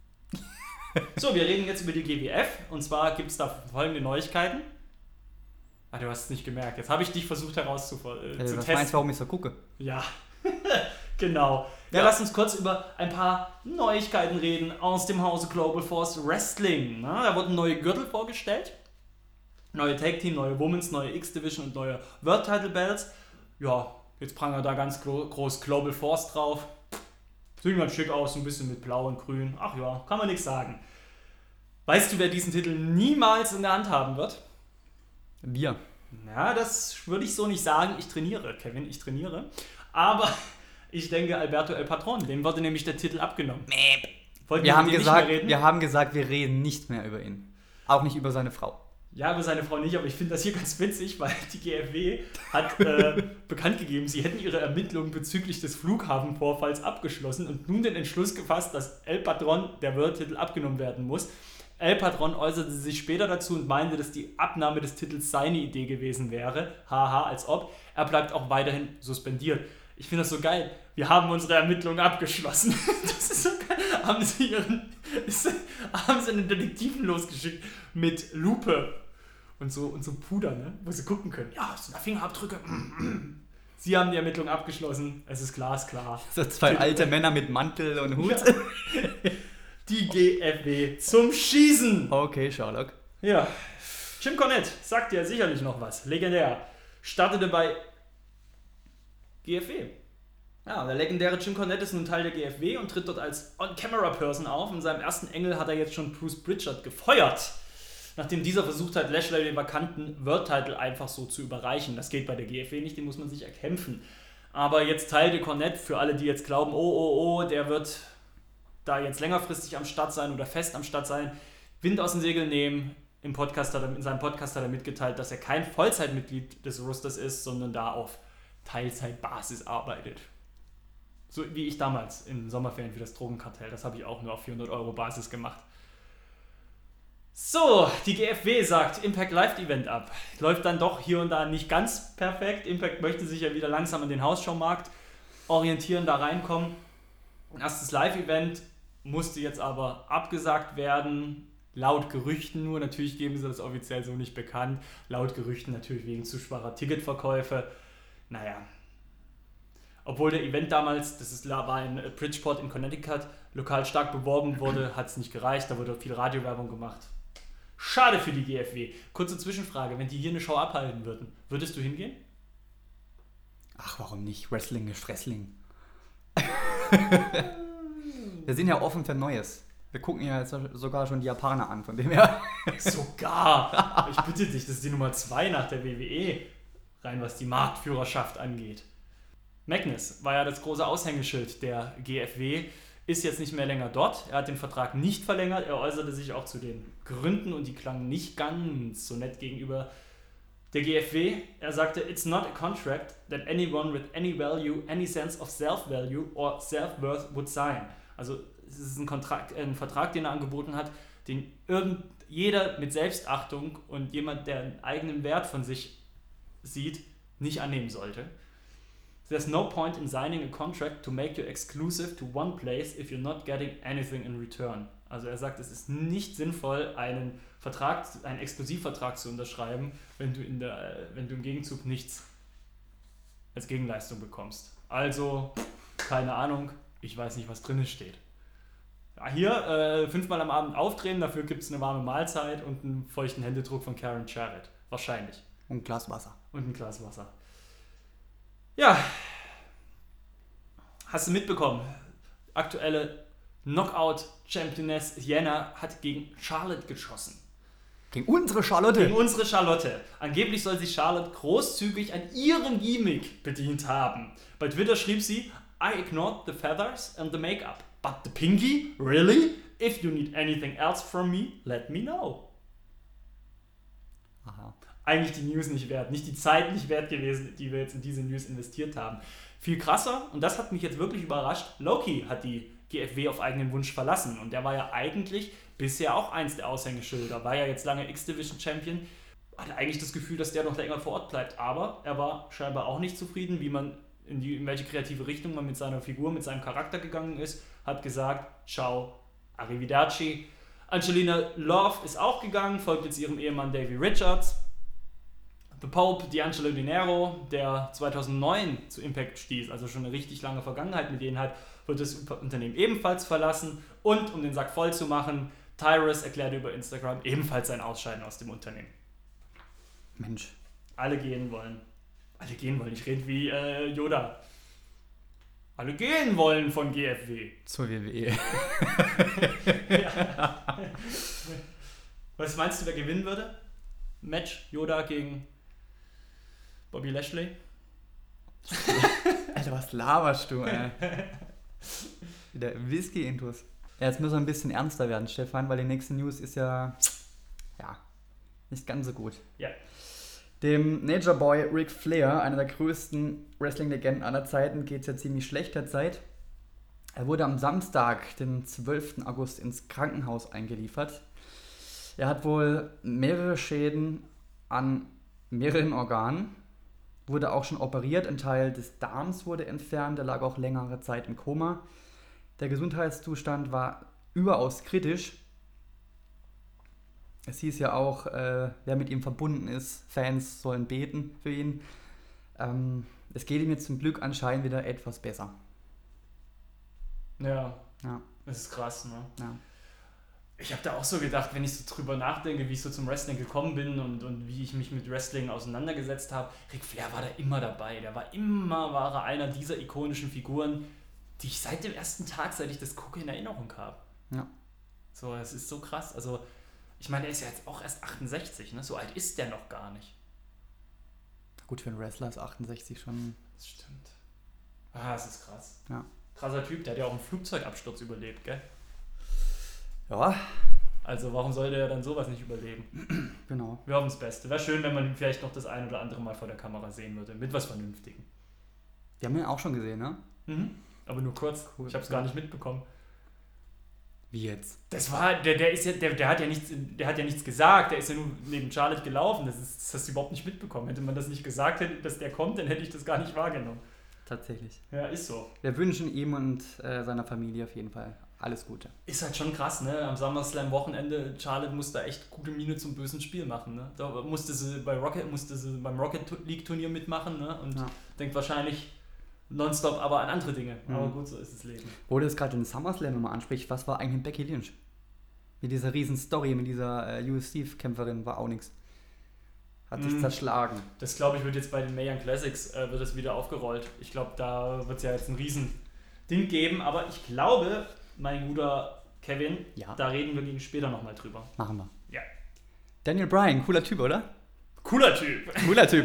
B: So, wir reden jetzt über die G W F. Und zwar gibt es da folgende Neuigkeiten. Ah, du hast es nicht gemerkt. Jetzt habe ich dich versucht herauszufinden. Äh,
A: äh,
B: zu
A: was
B: testen.
A: meinst du, warum ich so gucke?
B: Ja, genau. Ja,
A: Ja.
B: lass uns kurz über ein paar Neuigkeiten reden aus dem Hause Global Force Wrestling. Na, da wurden neue Gürtel vorgestellt. Neue Tag Team, neue Women's, neue X-Division und neue World Title Belts. Ja, jetzt prangert da ganz gro- groß Global Force drauf. Sieht ganz schick aus, ein bisschen mit Blau und Grün. Ach ja, kann man nichts sagen. Weißt du, wer diesen Titel niemals in der Hand haben wird?
A: Wir.
B: Ja, das würde ich so nicht sagen. Ich trainiere, Kevin, ich trainiere. Aber ich denke, Alberto El Patron, dem wurde nämlich der Titel abgenommen. Wollten
A: Wir haben,
B: mit dir
A: gesagt,
B: nicht mehr reden?
A: wir haben gesagt, wir reden nicht mehr über ihn. Auch nicht über seine Frau.
B: Ja, über seine Frau nicht, aber ich finde das hier ganz witzig, weil die G F W hat äh, bekannt gegeben, sie hätten ihre Ermittlungen bezüglich des Flughafenvorfalls abgeschlossen und nun den Entschluss gefasst, dass El Patron der World-Titel abgenommen werden muss. El Patron äußerte sich später dazu und meinte, dass die Abnahme des Titels seine Idee gewesen wäre. Haha, als ob. Er bleibt auch weiterhin suspendiert. Ich finde das so geil. Wir haben unsere Ermittlungen abgeschlossen. Das ist so geil. Haben sie, ihren, haben sie einen Detektiven losgeschickt mit Lupe und so, und so Puder, ne? Wo sie gucken können. Ja, das sind da Fingerabdrücke. Sie haben die Ermittlungen abgeschlossen. Es ist glasklar.
A: So zwei alte Männer mit Mantel und Hut.
B: Ja. Die G F W zum Schießen.
A: Okay, Sherlock.
B: Ja. Jim Cornette sagt ja sicherlich noch was. Legendär. Startete bei G F W. Ja, der legendäre Jim Cornette ist nun Teil der G F W und tritt dort als On-Camera-Person auf. In seinem ersten Engel hat er jetzt schon Bruce Pritchard gefeuert, nachdem dieser versucht hat, Lashley den vakanten World-Title einfach so zu überreichen. Das geht bei der G F W nicht, den muss man sich erkämpfen. Aber jetzt teilte Cornette, für alle, die jetzt glauben, oh, oh, oh, der wird da jetzt längerfristig am Start sein oder fest am Start sein, Wind aus den Segeln nehmen. Im Podcast hat er, in seinem Podcast hat er mitgeteilt, dass er kein Vollzeitmitglied des Rosters ist, sondern da auf Teilzeitbasis arbeitet. So wie ich damals in Sommerferien für das Drogenkartell. Das habe ich auch nur auf vierhundert Euro Basis gemacht. So, die G F W sagt Impact Live Event ab. Läuft dann doch hier und da nicht ganz perfekt. Impact möchte sich ja wieder langsam an den Hausschaumarkt orientieren, da reinkommen. Ein erstes Live-Event musste jetzt aber abgesagt werden. Laut Gerüchten nur, natürlich geben sie das offiziell so nicht bekannt. Laut Gerüchten natürlich wegen zu schwacher Ticketverkäufe. Naja. Obwohl der Event damals, das ist, war in Bridgeport in Connecticut, lokal stark beworben wurde, hat es nicht gereicht. Da wurde viel Radiowerbung gemacht. Schade für die G F W. Kurze Zwischenfrage, wenn die hier eine Show abhalten würden, würdest du hingehen?
A: Ach, warum nicht? Wrestling ist Wrestling. Wir sind ja offen für Neues. Wir gucken ja jetzt sogar schon die Japaner an, von dem her.
B: Sogar! Ich bitte dich, das ist die Nummer zwei nach der W W E, rein was die Marktführerschaft angeht. Magnus war ja das große Aushängeschild der G F W, ist jetzt nicht mehr länger dort. Er hat den Vertrag nicht verlängert. Er äußerte sich auch zu den Gründen und die klangen nicht ganz so nett gegenüber der G F W. Er sagte, it's not a contract that anyone with any value, any sense of self-value or self-worth would sign. Also es ist ein, Kontrakt, ein Vertrag, den er angeboten hat, den irgend, jeder mit Selbstachtung und jemand, der einen eigenen Wert von sich sieht, nicht annehmen sollte. There's no point in signing a contract to make you exclusive to one place if you're not getting anything in return. Also er sagt, es ist nicht sinnvoll, einen Vertrag, einen Exklusivvertrag zu unterschreiben, wenn du, in der, wenn du im Gegenzug nichts als Gegenleistung bekommst. Also, keine Ahnung, ich weiß nicht, was drin steht. Ja, hier äh, fünfmal am Abend aufdrehen, dafür gibt es eine warme Mahlzeit und einen feuchten Händedruck von Karen Jarrett. Wahrscheinlich.
A: Und ein Glas Wasser.
B: Und ein Glas Wasser. Ja, hast du mitbekommen? Aktuelle Knockout-Championess Jana hat gegen Charlotte geschossen.
A: Gegen unsere Charlotte?
B: Gegen unsere Charlotte. Angeblich soll sich Charlotte großzügig an ihrem Gimmick bedient haben. Bei Twitter schrieb sie, I ignored the feathers and the makeup. But the pinky? Really? If you need anything else from me, let me know.
A: Aha.
B: Eigentlich die News nicht wert, nicht die Zeit nicht wert gewesen, die wir jetzt in diese News investiert haben. Viel krasser, und das hat mich jetzt wirklich überrascht, Loki hat die G F W auf eigenen Wunsch verlassen und der war ja eigentlich bisher auch eins der Aushängeschilder, war ja jetzt lange X-Division Champion, hatte eigentlich das Gefühl, dass der noch länger vor Ort bleibt, aber er war scheinbar auch nicht zufrieden, wie man in, die, in welche kreative Richtung man mit seiner Figur, mit seinem Charakter gegangen ist, hat gesagt, ciao, arrivederci. Angelina Love ist auch gegangen, folgt jetzt ihrem Ehemann Davey Richards. The Pope, D'Angelo Dinero, der zweitausendneun zu Impact stieß, also schon eine richtig lange Vergangenheit mit denen hat, wird das Unternehmen ebenfalls verlassen. Und um den Sack voll zu machen, Tyrus erklärte über Instagram ebenfalls sein Ausscheiden aus dem Unternehmen.
A: Mensch.
B: Alle gehen wollen. Alle gehen wollen. Ich rede wie äh, Yoda. Alle gehen wollen von G F W.
A: Zur W W E.
B: Ja. Was meinst du, wer gewinnen würde? Match Yoda gegen Bobby Lashley?
A: Alter, was laberst du, ey? Wieder Whisky-Intus. Ja, jetzt müssen wir ein bisschen ernster werden, Stefan, weil die nächste News ist ja, ja, nicht ganz so gut.
B: Ja.
A: Dem Nature Boy Ric Flair, einer der größten Wrestling-Legenden aller Zeiten, geht es ja ziemlich schlecht derzeit. Er wurde am Samstag, den zwölften August, ins Krankenhaus eingeliefert. Er hat wohl mehrere Schäden an mehreren Organen, wurde auch schon operiert, ein Teil des Darms wurde entfernt, er lag auch längere Zeit im Koma. Der Gesundheitszustand war überaus kritisch. Es hieß ja auch, äh, wer mit ihm verbunden ist, Fans sollen beten für ihn. Ähm, es geht ihm jetzt zum Glück anscheinend wieder etwas besser.
B: Ja,
A: Ja,
B: das ist krass, ne?
A: ja.
B: Ich habe da auch so gedacht, wenn ich so drüber nachdenke, wie ich so zum Wrestling gekommen bin und, und wie ich mich mit Wrestling auseinandergesetzt habe. Ric Flair war da immer dabei. Der war immer war er einer dieser ikonischen Figuren, die ich seit dem ersten Tag, seit ich das gucke, in Erinnerung habe.
A: Ja.
B: So, es ist so krass. Also, ich meine, er ist ja jetzt auch erst achtundsechzig, ne? So alt ist der noch gar nicht.
A: Gut, für einen Wrestler ist achtundsechzig schon...
B: Das stimmt. Ah, das ist krass.
A: Ja.
B: Krasser Typ, der hat ja auch einen Flugzeugabsturz überlebt, gell?
A: Ja,
B: Also warum sollte er dann sowas nicht überleben?
A: genau.
B: Wir hoffen das Beste. Wäre schön, wenn man ihn vielleicht noch das ein oder andere Mal vor der Kamera sehen würde. Mit was Vernünftigem.
A: Wir haben ihn auch schon gesehen, ne?
B: Mhm. Aber nur kurz.
A: Cool.
B: Ich habe es gar nicht mitbekommen.
A: Wie jetzt?
B: Das war, der, der ist ja, der, der hat ja nichts, der hat ja nichts gesagt. Der ist ja nur neben Charlotte gelaufen. Das, ist, das hast du überhaupt nicht mitbekommen. Hätte man das nicht gesagt, hätte, dass der kommt, dann hätte ich das gar nicht wahrgenommen.
A: Tatsächlich.
B: Ja, ist so.
A: Wir wünschen ihm und äh, seiner Familie auf jeden Fall alles Gute.
B: Ist halt schon krass, ne? Am SummerSlam-Wochenende, Charlotte musste da echt gute Miene zum bösen Spiel machen, ne? Da musste sie bei Rocket, musste sie beim Rocket League Turnier mitmachen, ne? Und
A: Ja.
B: denkt wahrscheinlich nonstop aber an andere Dinge.
A: Mhm.
B: Aber gut, so ist das Leben.
A: Wo du es gerade den SummerSlam immer ansprichst, was war eigentlich mit Becky Lynch? Mit dieser riesen Story, mit dieser äh, U F C-Kämpferin war auch nichts. Hat sich
B: Mhm.
A: zerschlagen.
B: Das, glaube ich, wird jetzt bei den Mae Young Classics äh, wird das wieder aufgerollt. Ich glaube, da wird es ja jetzt ein riesen Ding geben, aber ich glaube, mein guter Kevin,
A: Ja.
B: da reden wir gegen später nochmal drüber.
A: Machen wir.
B: Ja.
A: Daniel Bryan, cooler Typ, oder?
B: Cooler Typ.
A: Cooler Typ.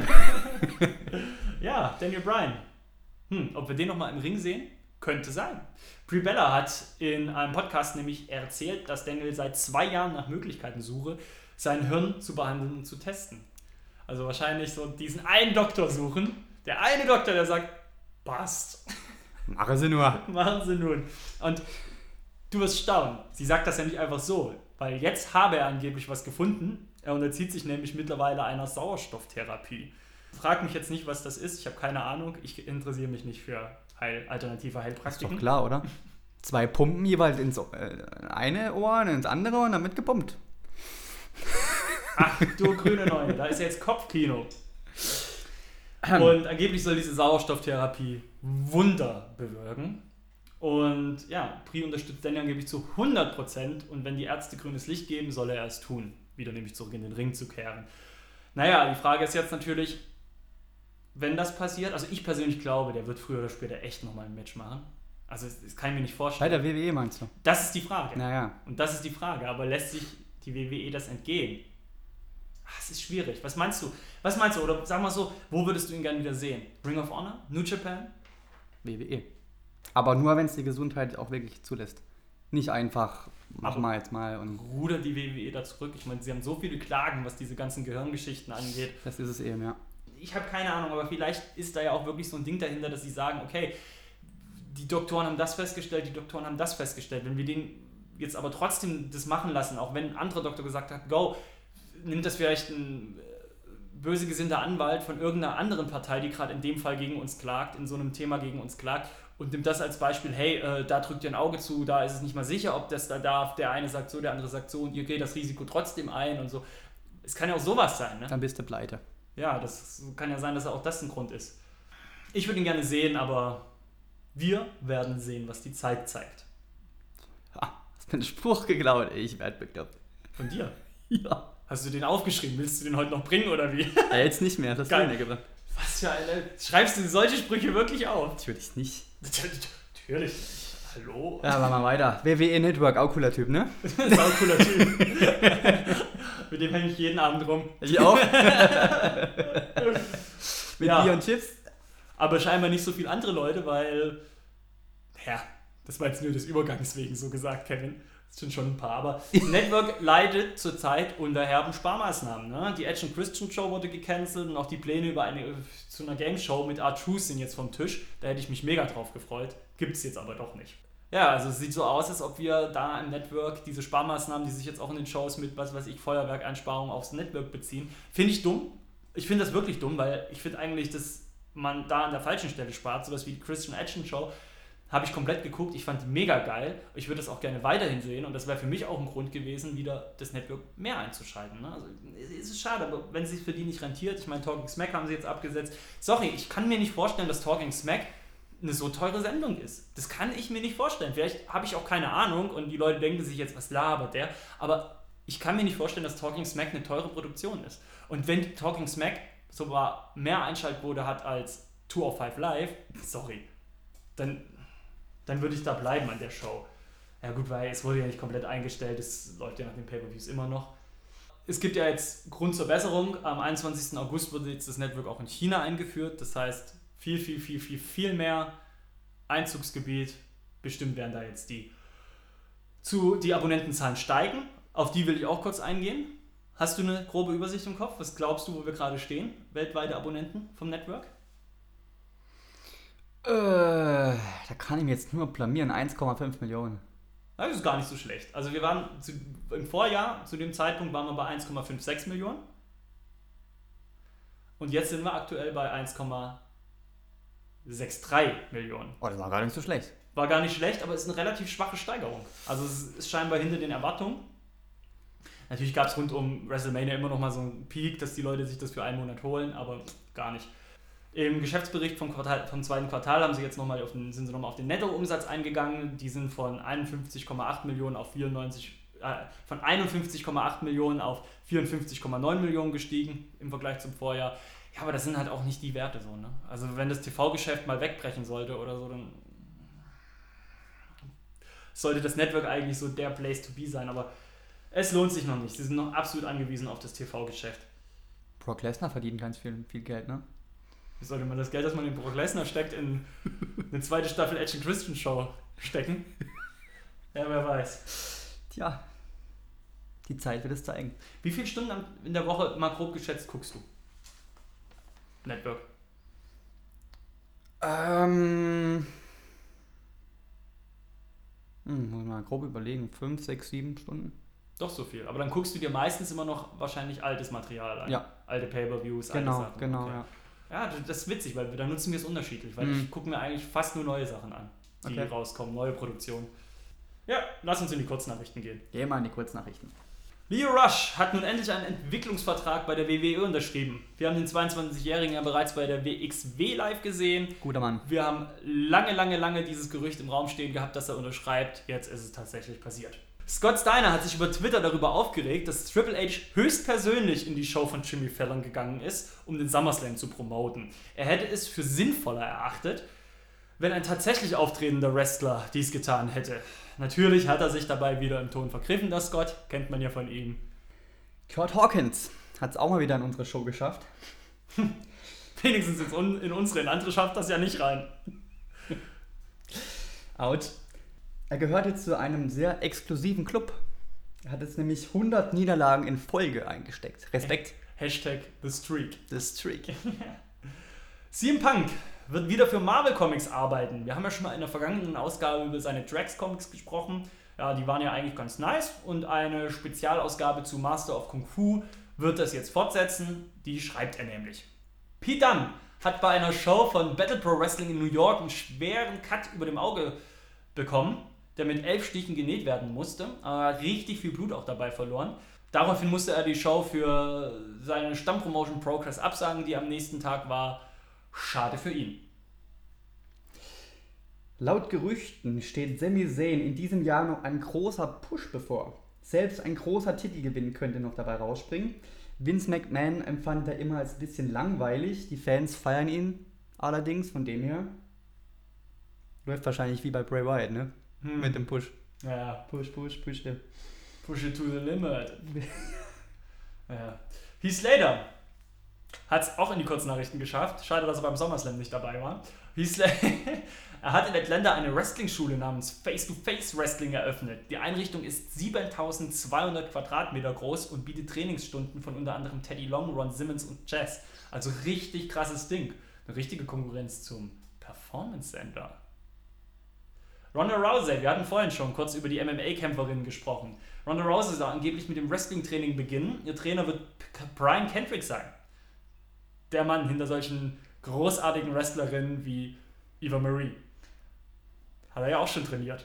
B: Ja, Daniel Bryan. Hm, ob wir den nochmal im Ring sehen? Könnte sein. Brie Bella hat in einem Podcast nämlich erzählt, dass Daniel seit zwei Jahren nach Möglichkeiten suche, sein Hirn zu behandeln und zu testen. Also wahrscheinlich so diesen einen Doktor suchen. Der eine Doktor, der sagt, passt.
A: Machen sie nur.
B: Machen Sie nun. Und du wirst staunen. Sie sagt das ja nicht einfach so, weil jetzt habe er angeblich was gefunden. Er unterzieht sich nämlich mittlerweile einer Sauerstofftherapie. Frag mich jetzt nicht, was das ist. Ich habe keine Ahnung. Ich interessiere mich nicht für Heil, alternative
A: Ist
B: Heilpraktiken.
A: doch klar, oder? Zwei Pumpen jeweils ins äh, eine Ohr und ins andere und dann wird gepumpt.
B: Ach du grüne Neune, da ist jetzt Kopfkino. Und angeblich soll diese Sauerstofftherapie Wunder bewirken. Und ja, Brie unterstützt Daniel angeblich zu hundert Prozent. Und wenn die Ärzte grünes Licht geben, soll er es tun, wieder nämlich zurück in den Ring zu kehren. Naja, die Frage ist jetzt natürlich, wenn das passiert, also ich persönlich glaube, der wird früher oder später echt nochmal ein Match machen. Also das, das kann ich mir nicht
A: Bei
B: vorstellen.
A: der W W E meinst du?
B: Das ist die Frage.
A: Naja.
B: Und das ist die Frage. Aber lässt sich die W W E das entgehen? Ach, es ist schwierig. Was meinst du? Was meinst du? Oder sag mal so, wo würdest du ihn gerne wieder sehen? Ring of Honor? New Japan?
A: W W E. Aber nur, wenn es die Gesundheit auch wirklich zulässt. Nicht einfach, machen
B: Aber
A: wir jetzt mal und
B: rudert die W W E da zurück? Ich meine, sie haben so viele Klagen, was diese ganzen Gehirngeschichten angeht.
A: das ist es eben, ja.
B: Ich habe keine Ahnung, aber vielleicht ist da ja auch wirklich so ein Ding dahinter, dass sie sagen, okay, die Doktoren haben das festgestellt, die Doktoren haben das festgestellt. Wenn wir den jetzt aber trotzdem das machen lassen, auch wenn ein anderer Doktor gesagt hat, go, nimmt das vielleicht ein böse gesinnter Anwalt von irgendeiner anderen Partei, die gerade in dem Fall gegen uns klagt, in so einem Thema gegen uns klagt und nimmt das als Beispiel, hey, äh, da drückt ihr ein Auge zu, da ist es nicht mal sicher, ob das da darf, der eine sagt so, der andere sagt so und ihr geht das Risiko trotzdem ein und so. Es kann ja auch sowas sein, ne?
A: Dann bist du pleite.
B: Ja, das kann ja sein, dass auch das ein Grund ist. Ich würde ihn gerne sehen, aber wir werden sehen, was die Zeit zeigt.
A: Ha, hast mir einen Spruch geklaut. Ich werd bekloppt.
B: Von dir?
A: Ja.
B: Hast du den aufgeschrieben? Willst du den heute noch bringen oder wie?
A: Ja, jetzt nicht mehr, das
B: Geil.
A: hast du mir gebracht.
B: Was für eine... Schreibst du solche Sprüche wirklich auf?
A: Natürlich nicht.
B: Natürlich. Hallo?
A: Ja, machen wir weiter. W W E Network, auch cooler Typ, ne?
B: Das ist auch ein cooler Typ. Mit dem hänge ich jeden Abend rum.
A: Ich auch. Mit
B: Ja.
A: Bier und Chips.
B: Aber scheinbar nicht so viele andere Leute, weil... Ja, das war jetzt nur des Übergangs wegen so gesagt, Kevin. Das sind schon ein paar, aber das Network leidet zurzeit unter herben Sparmaßnahmen. Ne? Die Edge und Christian Show wurde gecancelt und auch die Pläne über eine zu einer Game Show mit R-Truth sind jetzt vom Tisch. Da hätte ich mich mega drauf gefreut. Gibt es jetzt aber doch nicht. Ja, also es sieht so aus, als ob wir da im Network diese Sparmaßnahmen, die sich jetzt auch in den Shows mit, was weiß ich, Feuerwerkeinsparungen aufs Network beziehen, finde ich dumm. Ich finde das wirklich dumm, weil ich finde eigentlich, dass man da an der falschen Stelle spart. Sowas wie die Christian Edge Show habe ich komplett geguckt. Ich fand die mega geil. Ich würde das auch gerne weiterhin sehen und das wäre für mich auch ein Grund gewesen, wieder das Network mehr einzuschalten. Ne? Also es ist schade, aber wenn es sich für die nicht rentiert, ich meine, Talking Smack haben sie jetzt abgesetzt. Sorry, ich kann mir nicht vorstellen, dass Talking Smack eine so teure Sendung ist. Das kann ich mir nicht vorstellen. Vielleicht habe ich auch keine Ahnung und die Leute denken sich jetzt, was labert der? Aber ich kann mir nicht vorstellen, dass Talking Smack eine teure Produktion ist. Und wenn Talking Smack sogar mehr Einschaltquote hat als zwei oh fünf Live, sorry, dann, dann würde ich da bleiben an der Show. Ja gut, weil es wurde ja nicht komplett eingestellt, es läuft ja nach den Pay-Per-Views immer noch. Es gibt ja jetzt Grund zur Besserung. Am einundzwanzigsten August wurde jetzt das Network auch in China eingeführt. Das heißt, viel, viel, viel, viel, viel mehr Einzugsgebiet. Bestimmt werden da jetzt die, zu, die Abonnentenzahlen steigen. Auf die will ich auch kurz eingehen. Hast du eine grobe Übersicht im Kopf? Was glaubst du, wo wir gerade stehen? Weltweite Abonnenten vom Network?
A: Äh, da kann ich mir jetzt nur blamieren. eins Komma fünf Millionen.
B: Das ist gar nicht so schlecht. Also wir waren zu, im Vorjahr, zu dem Zeitpunkt waren wir bei eins Komma sechsundfünfzig Millionen. Und jetzt sind wir aktuell bei eins Komma dreiundsechzig Millionen.
A: Oh, das war gar nicht so schlecht.
B: War gar nicht schlecht, aber es ist eine relativ schwache Steigerung. Also es ist scheinbar hinter den Erwartungen. Natürlich gab es rund um WrestleMania immer noch mal so einen Peak, dass die Leute sich das für einen Monat holen, aber gar nicht. Im Geschäftsbericht vom, Quartal, vom zweiten Quartal haben sie jetzt noch mal auf den, sind sie nochmal auf den Nettoumsatz eingegangen. Die sind von einundfünfzig Komma acht Millionen auf vierundneunzig, äh, von einundfünfzig Komma acht Millionen auf vierundfünfzig Komma neun Millionen gestiegen im Vergleich zum Vorjahr. Ja, aber das sind halt auch nicht die Werte so, ne? Also wenn das T V-Geschäft mal wegbrechen sollte oder so, dann sollte das Network eigentlich so der Place to be sein, aber es lohnt sich noch nicht. Sie sind noch absolut angewiesen auf das T V-Geschäft.
A: Brock Lesnar verdient ganz viel, viel Geld, ne?
B: Wie sollte man das Geld, das man in Brock Lesnar steckt, in eine zweite Staffel Edge and Christian Show stecken? Ja, wer weiß.
A: Tja, die Zeit wird es zeigen.
B: Wie viele Stunden in der Woche, mal grob geschätzt, guckst du? Network.
A: Ähm... Hm, muss ich mal grob überlegen. fünf, sechs, sieben Stunden.
B: Doch so viel. Aber dann guckst du dir meistens immer noch wahrscheinlich altes Material an.
A: Ja.
B: Alte Pay-Per-Views,
A: Genau,
B: alte Sachen.
A: genau,
B: Okay.
A: ja.
B: Ja, das ist witzig, weil da nutzen wir es unterschiedlich, weil
A: Mhm.
B: ich gucke mir eigentlich fast nur neue Sachen an, die
A: Okay.
B: rauskommen, neue Produktionen. Ja, lass uns in die Kurznachrichten gehen.
A: Geh mal in die Kurznachrichten.
B: Lio Rush hat nun endlich einen Entwicklungsvertrag bei der W W E unterschrieben. Wir haben den zweiundzwanzigjährigen ja bereits bei der W X W live gesehen.
A: Guter Mann.
B: Wir haben lange, lange, lange dieses Gerücht im Raum stehen gehabt, dass er unterschreibt. Jetzt ist es tatsächlich passiert. Scott Steiner hat sich über Twitter darüber aufgeregt, dass Triple H höchstpersönlich in die Show von Jimmy Fallon gegangen ist, um den SummerSlam zu promoten. Er hätte es für sinnvoller erachtet, wenn ein tatsächlich auftretender Wrestler dies getan hätte. Natürlich hat er sich dabei wieder im Ton vergriffen, der Scott, kennt man ja von ihm.
A: Kurt Hawkins hat es auch mal wieder in unsere Show geschafft.
B: Wenigstens in unsere, in andere schafft das ja nicht rein.
A: Out. Er gehört jetzt zu einem sehr exklusiven Club. Er hat jetzt nämlich hundert Niederlagen in Folge eingesteckt. Respekt.
B: Hashtag The Streak.
A: The Streak.
B: C M Punk wird wieder für Marvel Comics arbeiten. Wir haben ja schon mal in der vergangenen Ausgabe über seine Drax Comics gesprochen. Ja, die waren ja eigentlich ganz nice. Und eine Spezialausgabe zu Master of Kung Fu wird das jetzt fortsetzen. Die schreibt er nämlich. Pete Dunne hat bei einer Show von Battle Pro Wrestling in New York einen schweren Cut über dem Auge bekommen, der mit elf Stichen genäht werden musste, aber richtig viel Blut auch dabei verloren. Daraufhin musste er die Show für seine Stammpromotion Progress absagen, die am nächsten Tag war. Schade für ihn.
A: Laut Gerüchten steht Sami Zayn in diesem Jahr noch ein großer Push bevor. Selbst ein großer Titelgewinn könnte noch dabei rausspringen. Vince McMahon empfand er immer als ein bisschen langweilig. Die Fans feiern ihn allerdings, von dem her. Läuft wahrscheinlich wie bei Bray Wyatt, ne?
B: Hm.
A: Mit dem Push.
B: Ja,
A: Push, push, push. Ja.
B: push it to the limit. Ja. Heath Slater hat es auch in die Kurznachrichten geschafft. Schade, dass er beim SummerSlam nicht dabei war. Heath Er hat in Atlanta eine Wrestling-Schule namens Face-to-Face Wrestling eröffnet. Die Einrichtung ist siebentausendzweihundert Quadratmeter groß und bietet Trainingsstunden von unter anderem Teddy Long, Ron Simmons und Jazz. Also richtig krasses Ding. Eine richtige Konkurrenz zum Performance Center. Ronda Rousey, wir hatten vorhin schon kurz über die M M A-Kämpferin gesprochen. Ronda Rousey soll angeblich mit dem Wrestling-Training beginnen. Ihr Trainer wird Brian Kendrick sein. Der Mann hinter solchen großartigen Wrestlerinnen wie Eva Marie. Hat er ja auch schon trainiert.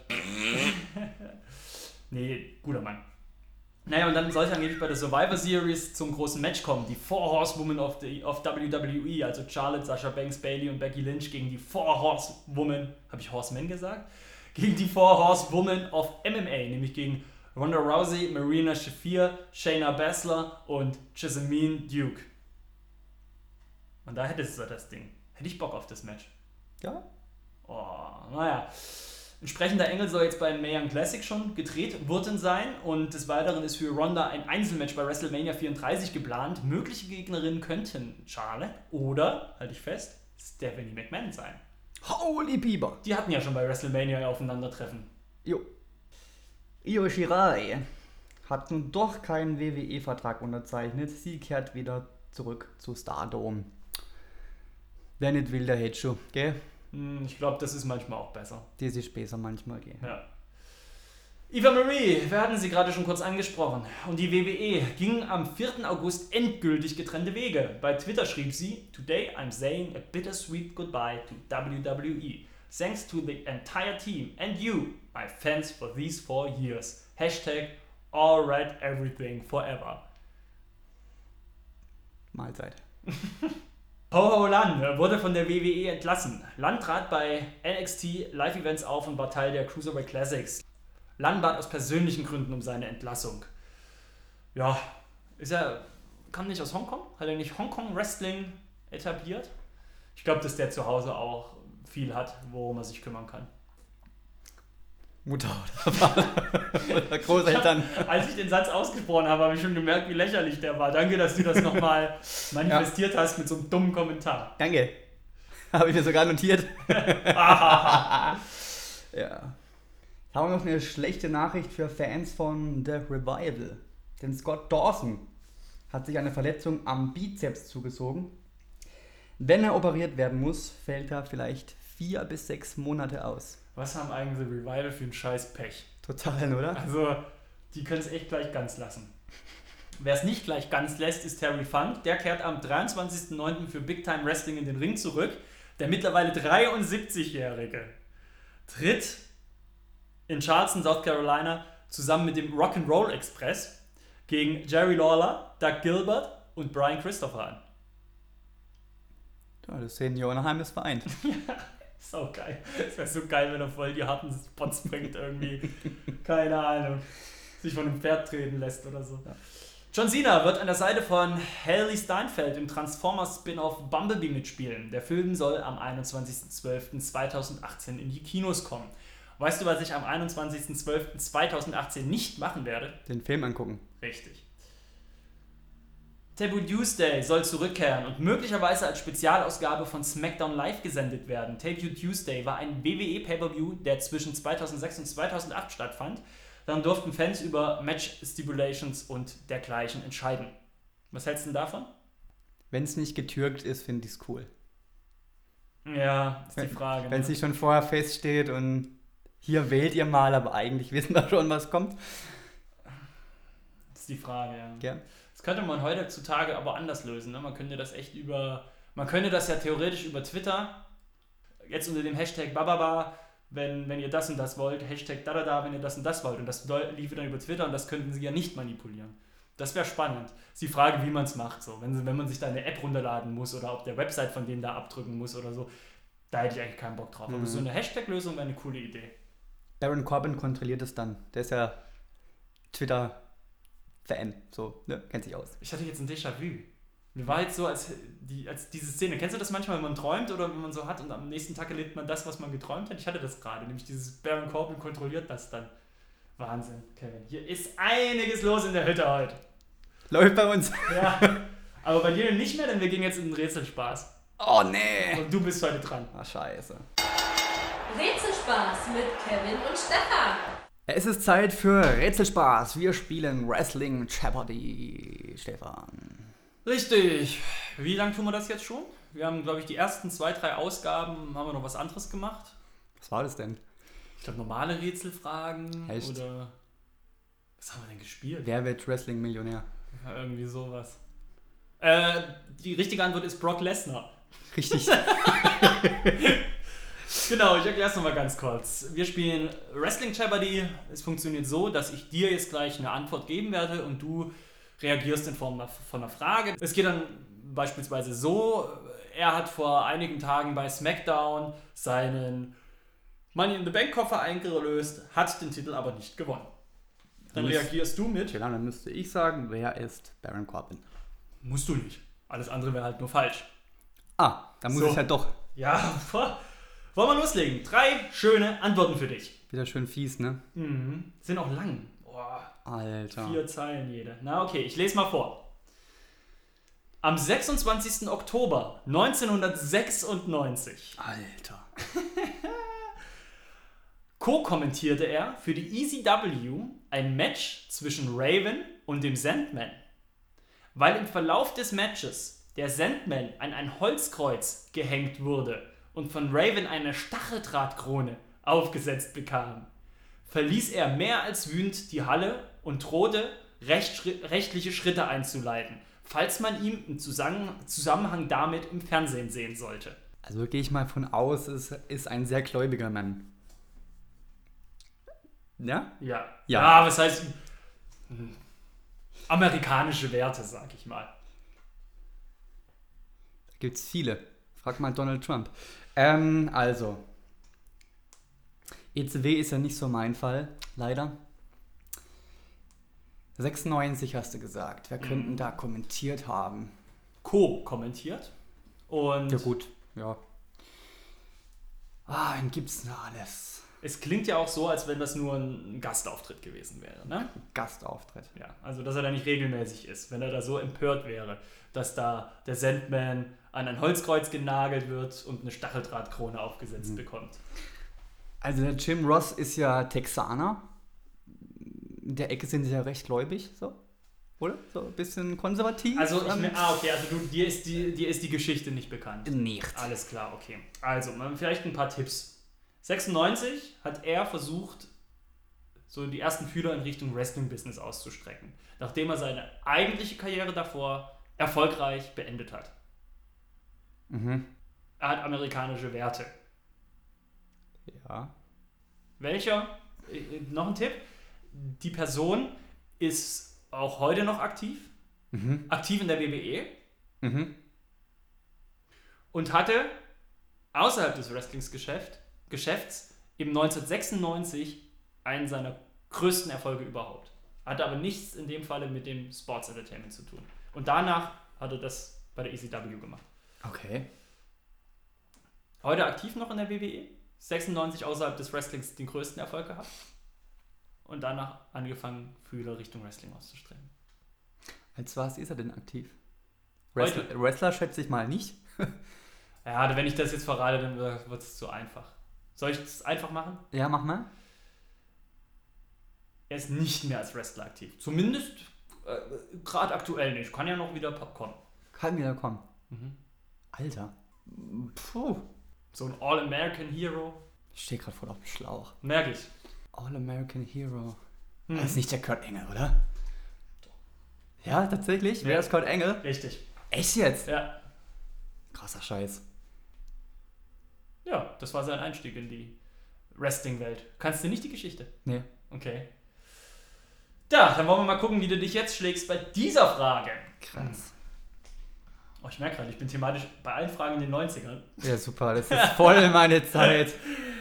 B: Nee, guter Mann. Naja, und dann soll es angeblich bei der Survivor Series zum großen Match kommen. Die Four Horsewomen of, the, of W W E, also Charlotte, Sasha Banks, Bayley und Becky Lynch gegen die Four Horsewomen, habe ich Horsemen gesagt? Gegen die Four Horsewomen of M M A, nämlich gegen Ronda Rousey, Marina Shafir, Shayna Baszler und Jessamine Duke. Und da hättest du das Ding. Hätte ich Bock auf das Match.
A: Ja.
B: Oh, naja. Entsprechender Engel soll jetzt beim Mae Young Classic schon gedreht worden sein und des Weiteren ist für Ronda ein Einzelmatch bei WrestleMania vierunddreißig geplant. Mögliche Gegnerinnen könnten Charlotte oder, halte ich fest, Stephanie McMahon sein.
A: Holy Bieber!
B: Die hatten ja schon bei WrestleMania aufeinandertreffen.
A: Jo. Io Shirai hat nun doch keinen W W E-Vertrag unterzeichnet. Sie kehrt wieder zurück zu Stardom. Wer nicht will, der hätte schon, gell?
B: Ich glaube, das ist manchmal auch besser.
A: Das ist besser manchmal, gell?
B: Ja. Eva Marie, wir hatten sie gerade schon kurz angesprochen. Und die W W E ging am vierten August endgültig getrennte Wege. Bei Twitter schrieb sie: Today I'm saying a bittersweet goodbye to W W E. Thanks to the entire team and you, my fans, for these four years. Hashtag all right everything forever.
A: Mahlzeit.
B: Ho Ho Lan wurde von der W W E entlassen. Lan trat bei N X T Live-Events auf und war Teil der Cruiserweight Classics. Lan bat aus persönlichen Gründen um seine Entlassung. Ja, ist er, kam nicht aus Hongkong? Hat er nicht Hongkong Wrestling etabliert? Ich glaube, dass der zu Hause auch viel hat, worum er sich kümmern kann.
A: Mutter oder Vater oder Großeltern.
B: Ja, als ich den Satz ausgesprochen habe, habe ich schon gemerkt, wie lächerlich der war. Danke, dass du das nochmal manifestiert ja. hast mit so einem dummen Kommentar.
A: Danke. Habe ich mir sogar notiert.
B: Ja.
A: Jetzt haben wir noch eine schlechte Nachricht für Fans von The Revival. Denn Scott Dawson hat sich eine Verletzung am Bizeps zugezogen. Wenn er operiert werden muss, fällt er vielleicht vier bis sechs Monate aus.
B: Was haben eigentlich The Revival für ein scheiß Pech?
A: Total, oder?
B: Also, die können es echt gleich ganz lassen. Wer es nicht gleich ganz lässt, ist Terry Funk. Der kehrt am dreiundzwanzigsten neunten für Big Time Wrestling in den Ring zurück. Der mittlerweile dreiundsiebzigjährige tritt in Charleston, South Carolina, zusammen mit dem Rock'n'Roll Express gegen Jerry Lawler, Doug Gilbert und Brian Christopher an.
A: Ja, das Seniorenheim ist vereint.
B: So geil. Es wäre so geil, wenn er voll die harten Spots bringt irgendwie. Keine Ahnung. Sich von einem Pferd treten lässt oder so. Ja. John Cena wird an der Seite von Hailee Steinfeld im Transformers-Spin-Off Bumblebee mitspielen. Der Film soll am einundzwanzigsten zwölften zweitausendachtzehn in die Kinos kommen. Weißt du, was ich am einundzwanzigsten zwölften zweitausendachtzehn nicht machen werde?
A: Den Film angucken.
B: Richtig. Taboo Tuesday soll zurückkehren und möglicherweise als Spezialausgabe von SmackDown Live gesendet werden. Taboo Tuesday war ein W W E Pay-Per-View, der zwischen zweitausendsechs und zweitausendacht stattfand. Dann durften Fans über Match-Stipulations und dergleichen entscheiden. Was hältst du denn davon?
A: Wenn es nicht getürkt ist, finde ich es cool.
B: Ja, ist die Frage.
A: Wenn es
B: ne?
A: nicht schon vorher feststeht und hier wählt ihr mal, aber eigentlich wissen wir schon, was kommt.
B: Das ist die Frage, ja.
A: Ja.
B: Das könnte man heutzutage aber anders lösen. Ne? Man könnte das echt über, man könnte das ja theoretisch über Twitter, jetzt unter dem Hashtag Bababa, wenn, wenn ihr das und das wollt, Hashtag Dadada, wenn ihr das und das wollt. Und das lief dann über Twitter und das könnten sie ja nicht manipulieren. Das wäre spannend. Das ist die Frage, wie man es macht. So. Wenn, wenn man sich da eine App runterladen muss oder auf der Website von denen da abdrücken muss oder so, da hätte ich eigentlich keinen Bock drauf. Mhm. Aber so eine Hashtag-Lösung wäre eine coole Idee.
A: Baron Corbin kontrolliert es dann. Der ist ja Twitter-Fan. So, ne? Kennt sich aus.
B: Ich hatte jetzt ein Déjà-vu. Mir war jetzt so, als, die, als diese Szene. Kennst du das manchmal, wenn man träumt oder wenn man so hat und am nächsten Tag erlebt man das, was man geträumt hat? Ich hatte das gerade, nämlich dieses Baron Corbin kontrolliert das dann. Wahnsinn, Kevin. Hier ist einiges los in der Hütte heute.
A: Läuft bei uns.
B: Ja. Aber bei dir nicht mehr, denn wir gehen jetzt in den Rätselspaß.
A: Oh nee.
B: Und du bist heute dran.
A: Ah, scheiße.
C: Rätselspaß mit Kevin und Stefan.
A: Es ist Zeit für Rätselspaß. Wir spielen Wrestling Jeopardy, Stefan.
B: Richtig. Wie lange tun wir das jetzt schon? Wir haben, glaube ich, die ersten zwei, drei Ausgaben, haben wir noch was anderes gemacht.
A: Was war das denn?
B: Ich glaube, normale Rätselfragen.
A: Echt?
B: Oder was haben wir denn gespielt?
A: Wer wird Wrestling-Millionär?
B: Ja, irgendwie sowas. Äh, die richtige Antwort ist Brock Lesnar.
A: Richtig.
B: Genau, ich erkläre es nochmal ganz kurz. Wir spielen Wrestling Jeopardy. Es funktioniert so, dass ich dir jetzt gleich eine Antwort geben werde und du reagierst in Form von einer Frage. Es geht dann beispielsweise so, er hat vor einigen Tagen bei SmackDown seinen Money in the Bank Koffer eingelöst, hat den Titel aber nicht gewonnen. Dann
A: Muss-
B: reagierst du mit.
A: Genau, dann müsste ich sagen, wer ist Baron Corbin?
B: Musst du nicht. Alles andere wäre halt nur falsch.
A: Ah, dann muss
B: So.
A: ich halt doch.
B: Ja, boah. Wollen wir loslegen? Drei schöne Antworten für dich.
A: Wieder schön fies, ne?
B: Mhm. Sind auch lang. Boah,
A: Alter.
B: vier Zeilen jede. Na okay, ich lese mal vor. Am sechsundzwanzigsten Oktober neunzehnhundertsechsundneunzig
A: Alter.
B: co-kommentierte er für die E C W ein Match zwischen Raven und dem Sandman. Weil im Verlauf des Matches der Sandman an ein Holzkreuz gehängt wurde und von Raven eine Stacheldrahtkrone aufgesetzt bekam, verließ er mehr als wütend die Halle und drohte, recht, rechtliche Schritte einzuleiten, falls man ihn im Zusammen- Zusammenhang damit im Fernsehen sehen sollte.
A: Also gehe ich mal von aus, es ist ein sehr gläubiger Mann. Ja?
B: Ja.
A: Ja.
B: Ja, was heißt hm, amerikanische Werte, sag ich mal.
A: Da gibt es viele. Frag mal Donald Trump. Ähm, also. E C W ist ja nicht so mein Fall, leider. sechsundneunzig hast du gesagt. Wer könnten da kommentiert haben?
B: Co-kommentiert. Und
A: Ja gut, ja. Ah, wen gibt's denn alles?
B: es klingt ja auch so, als wenn das nur ein Gastauftritt gewesen wäre. Ne?
A: Gastauftritt.
B: Ja, also dass er da nicht regelmäßig ist. Wenn er da so empört wäre, dass da der Sandman an ein Holzkreuz genagelt wird und eine Stacheldrahtkrone aufgesetzt
A: Mhm.
B: bekommt.
A: Also der Jim Ross ist ja Texaner. In der Ecke sind sie ja recht gläubig, so. Oder? So ein bisschen konservativ.
B: Also, ich,
A: ähm,
B: mir- ah, okay, also du, dir, ist die, dir ist die Geschichte nicht bekannt.
A: nicht.
B: Alles klar, okay. Also, mal vielleicht ein paar Tipps. sechsundneunzig hat er versucht, so die ersten Fühler in Richtung Wrestling-Business auszustrecken, nachdem er seine eigentliche Karriere davor erfolgreich beendet hat.
A: Mhm.
B: Er hat amerikanische Werte.
A: Ja.
B: Welcher? Äh, noch ein Tipp. Die Person ist auch heute noch aktiv,
A: Mhm.
B: aktiv in der W W E
A: Mhm.
B: und hatte außerhalb des Wrestlings-Geschäft, Geschäfts eben neunzehnhundertsechsundneunzig einen seiner größten Erfolge überhaupt. Hatte aber nichts in dem Falle mit dem Sports Entertainment zu tun. Und danach hat er das bei der E C W gemacht.
A: Okay.
B: Heute aktiv noch in der W W E, sechsundneunzig außerhalb des Wrestlings den größten Erfolg gehabt und danach angefangen, Fühler Richtung Wrestling auszustrecken.
A: Als was ist er denn aktiv?
B: Heute.
A: Wrestler, Wrestler schätze ich mal nicht.
B: Ja, wenn ich das jetzt verrate, dann wird es zu einfach. Soll ich es einfach machen?
A: Ja, mach mal.
B: Er ist nicht mehr als Wrestler aktiv. Zumindest äh, gerade aktuell nicht. Kann ja noch wieder kommen.
A: Kann wieder kommen.
B: Mhm.
A: Alter. Puh.
B: So ein All-American Hero.
A: Ich stehe gerade voll auf dem Schlauch.
B: Merke ich.
A: All-American Hero.
B: Hm.
A: Das ist nicht der Kurt Engel, oder? Ja, tatsächlich?
B: Ja.
A: Wer ist Kurt Engel?
B: Richtig.
A: Echt jetzt?
B: Ja.
A: Krasser Scheiß.
B: Ja, das war sein Einstieg in die Wrestling-Welt. Kannst du nicht die Geschichte?
A: Nee.
B: Okay. Da, dann wollen wir mal gucken, wie du dich jetzt schlägst bei dieser Frage.
A: Krass.
B: Oh, ich merke gerade, ich bin thematisch bei allen Fragen in den neunzigern.
A: Ja, super. Das ist voll meine Zeit.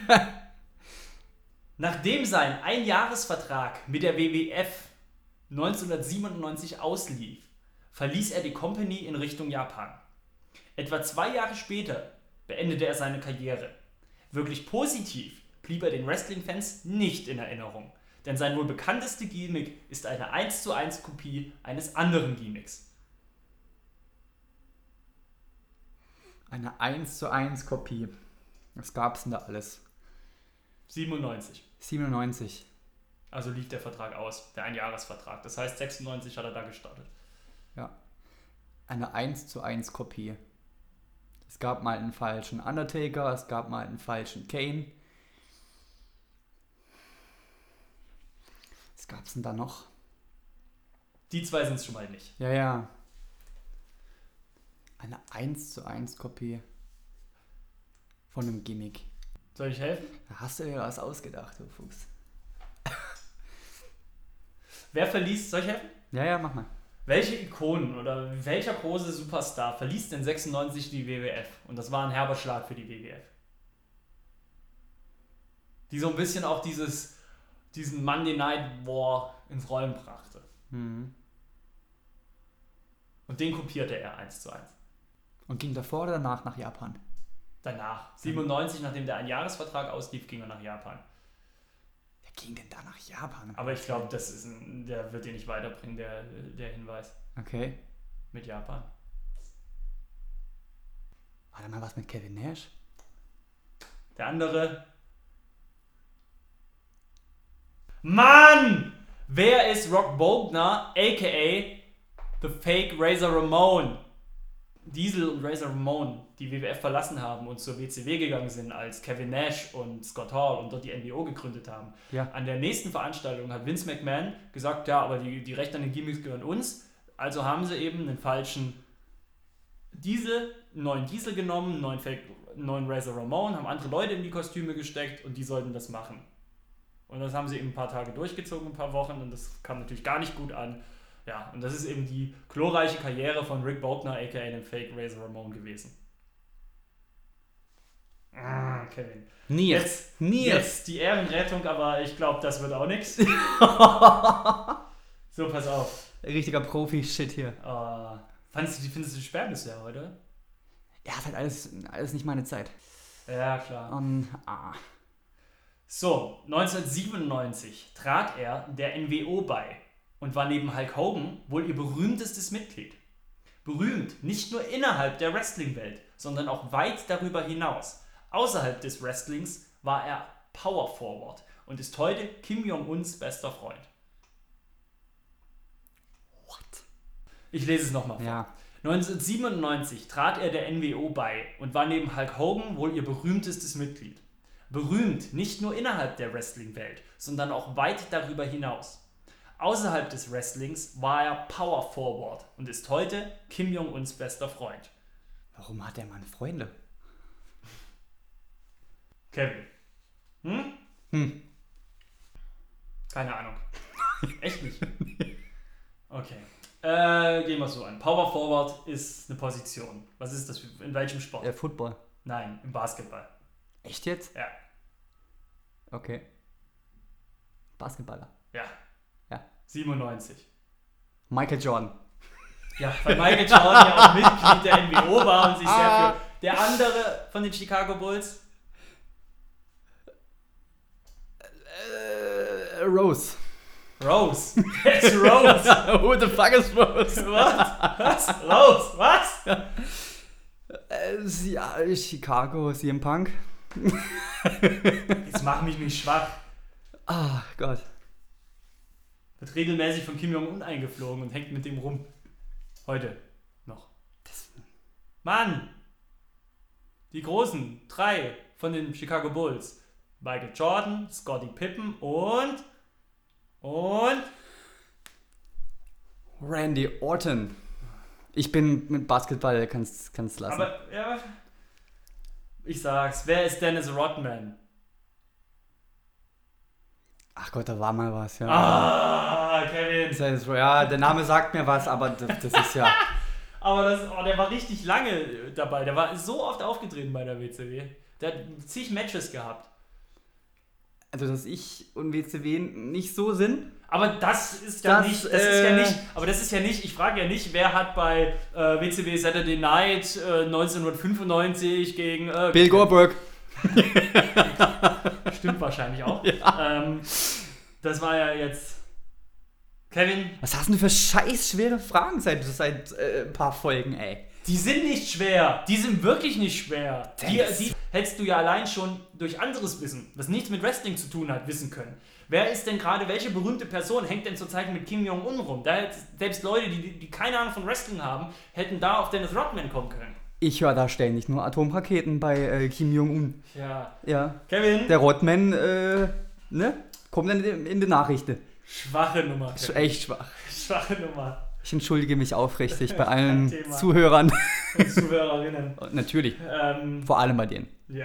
B: Nachdem sein Einjahresvertrag mit der W W F neunzehnhundertsiebenundneunzig auslief, verließ er die Company in Richtung Japan. Etwa zwei Jahre später beendete er seine Karriere. Wirklich positiv blieb er den Wrestling-Fans nicht in Erinnerung, denn sein wohl bekannteste Gimmick ist eine eins zu eins Kopie eines anderen Gimmicks.
A: Eine eins zu eins Kopie. Was gab's denn da alles?
B: siebenundneunzig.
A: siebenundneunzig.
B: Also lief der Vertrag aus, der Einjahresvertrag. Das heißt, sechsundneunzig hat er da gestartet.
A: Ja. Eine eins zu eins Kopie. Es gab mal einen falschen Undertaker, es gab mal einen falschen Kane. Was gab's denn da noch?
B: Die zwei sind es schon mal nicht.
A: Ja, ja. Eine eins zu eins Kopie von einem Gimmick.
B: Soll ich helfen?
A: Da hast du dir was ausgedacht, du Fuchs.
B: Wer verließ, soll ich helfen?
A: Ja, ja, mach mal.
B: Welche Ikonen oder welcher große Superstar verließ denn sechsundneunzig die W W F? Und das war ein herber Schlag für die W W F. Die so ein bisschen auch dieses, diesen Monday Night War ins Rollen brachte.
A: Mhm.
B: Und den kopierte er eins zu eins.
A: Und ging davor oder danach nach Japan?
B: Danach. siebenundneunzig, nachdem der Einjahresvertrag auslief, ging er nach Japan.
A: Wer ging denn da nach Japan?
B: Aber ich glaube, das ist ein, der wird dir nicht weiterbringen, der, der Hinweis
A: Okay.
B: mit Japan.
A: War da mal was mit Kevin Nash?
B: Der andere. Mann! Wer ist Rock Bogner, aka The Fake Razor Ramon? Diesel und Razor Ramon, die W W F verlassen haben und zur W C W gegangen sind, als Kevin Nash und Scott Hall und dort die N W O gegründet haben.
A: Ja.
B: An der nächsten Veranstaltung hat Vince McMahon gesagt, ja, aber die, die Rechte an den Gimmicks gehören uns. Also haben sie eben einen falschen Diesel, einen neuen Diesel genommen, einen neuen, Fake, einen neuen Razor Ramon, haben andere Leute in die Kostüme gesteckt und die sollten das machen. Und das haben sie eben ein paar Tage durchgezogen, ein paar Wochen, und das kam natürlich gar nicht gut an. Ja, und das ist eben die glorreiche Karriere von Rick Bogner, aka dem Fake Razor Ramon gewesen. Ah, Kevin.
A: Nie.
B: Jetzt,
A: Nie.
B: jetzt die Ehrenrettung, aber ich glaube, das wird auch nichts. So, pass auf.
A: Richtiger Profi-Shit hier.
B: Uh, fandest du, findest du schwer bisher heute?
A: Ja, ist halt alles, alles nicht meine Zeit.
B: Ja, klar.
A: Um, ah.
B: So, neunzehnhundertsiebenundneunzig trat er der N W O bei und war neben Hulk Hogan wohl ihr berühmtestes Mitglied. Berühmt nicht nur innerhalb der Wrestling-Welt, sondern auch weit darüber hinaus. Außerhalb des Wrestlings war er Power Forward und ist heute Kim Jong-uns bester Freund.
A: What?
B: Ich lese es nochmal vor.
A: Ja.
B: neunzehnhundertsiebenundneunzig trat er der N W O bei und war neben Hulk Hogan wohl ihr berühmtestes Mitglied. Berühmt nicht nur innerhalb der Wrestling-Welt, sondern auch weit darüber hinaus. Außerhalb des Wrestlings war er Power Forward und ist heute Kim Jong-uns bester Freund.
A: Warum hat der Mann Freunde?
B: Kevin. Hm?
A: Hm.
B: Keine Ahnung. Echt nicht? Okay. Äh, gehen wir es so an. Power Forward ist eine Position. Was ist das? Für, in welchem Sport?
A: Der Football.
B: Nein, im Basketball.
A: Echt jetzt?
B: Ja.
A: Okay. Basketballer.
B: Ja.
A: Ja.
B: siebenundneunzig.
A: Michael Jordan.
B: Ja, weil Michael Jordan ja auch Mitglied der N W O war und sich sehr für... Der andere von den Chicago Bulls?
A: Äh, Rose.
B: Rose. Wer ist Rose?
A: Who the fuck is Rose?
B: Was? Was? Rose? Was?
A: Äh, ja, Chicago, C M Punk.
B: Jetzt mach mich nicht schwach.
A: Ah, Gott.
B: Wird regelmäßig von Kim Jong-un eingeflogen und hängt mit dem rum. Heute noch.
A: Das,
B: Mann! Die großen drei von den Chicago Bulls. Michael Jordan, Scottie Pippen und... Und...
A: Randy Orton. Ich bin mit Basketball, kannst kannst lassen.
B: Aber, ja... Ich sag's, wer ist Dennis Rodman?
A: Ach Gott, da war mal was, ja.
B: Ah, Kevin!
A: Das heißt, ja, der Name sagt mir was, aber das, das ist ja...
B: Aber das, oh, der war richtig lange dabei. Der war so oft aufgetreten bei der W C W. Der hat zig Matches gehabt.
A: Also, dass ich und W C W nicht so sind.
B: Aber das ist ja
A: Das,
B: nicht, das
A: äh,
B: ist ja nicht, aber das ist ja nicht, ich frage ja nicht, wer hat bei äh, W C W Saturday Night äh, neunzehnhundertfünfundneunzig gegen... Äh,
A: Bill Goldberg.
B: Stimmt wahrscheinlich auch.
A: Ja.
B: Ähm, das war ja jetzt... Kevin,
A: Was hast du denn für scheiß schwere Fragen seit, seit äh, ein paar Folgen, ey?
B: Die sind nicht schwer. Die sind wirklich nicht schwer. Die, die hättest du ja allein schon durch anderes Wissen, was nichts mit Wrestling zu tun hat, wissen können. Wer ist denn gerade, welche berühmte Person hängt denn zurzeit mit Kim Jong-un rum? Da hätte selbst Leute, die, die keine Ahnung von Wrestling haben, hätten da auf Dennis Rodman kommen können.
A: Ich höre da ständig nur Atomraketen bei äh, Kim Jong-un.
B: Ja.
A: Ja.
B: Kevin?
A: Der Rodman, äh, ne? Kommt dann in, in die Nachrichten.
B: Schwache Nummer.
A: Kevin. Echt schwach.
B: Schwache Nummer.
A: Ich entschuldige mich aufrichtig bei allen
B: Thema.
A: Zuhörern.
B: Und Zuhörerinnen.
A: Natürlich.
B: Ähm,
A: Vor allem bei denen.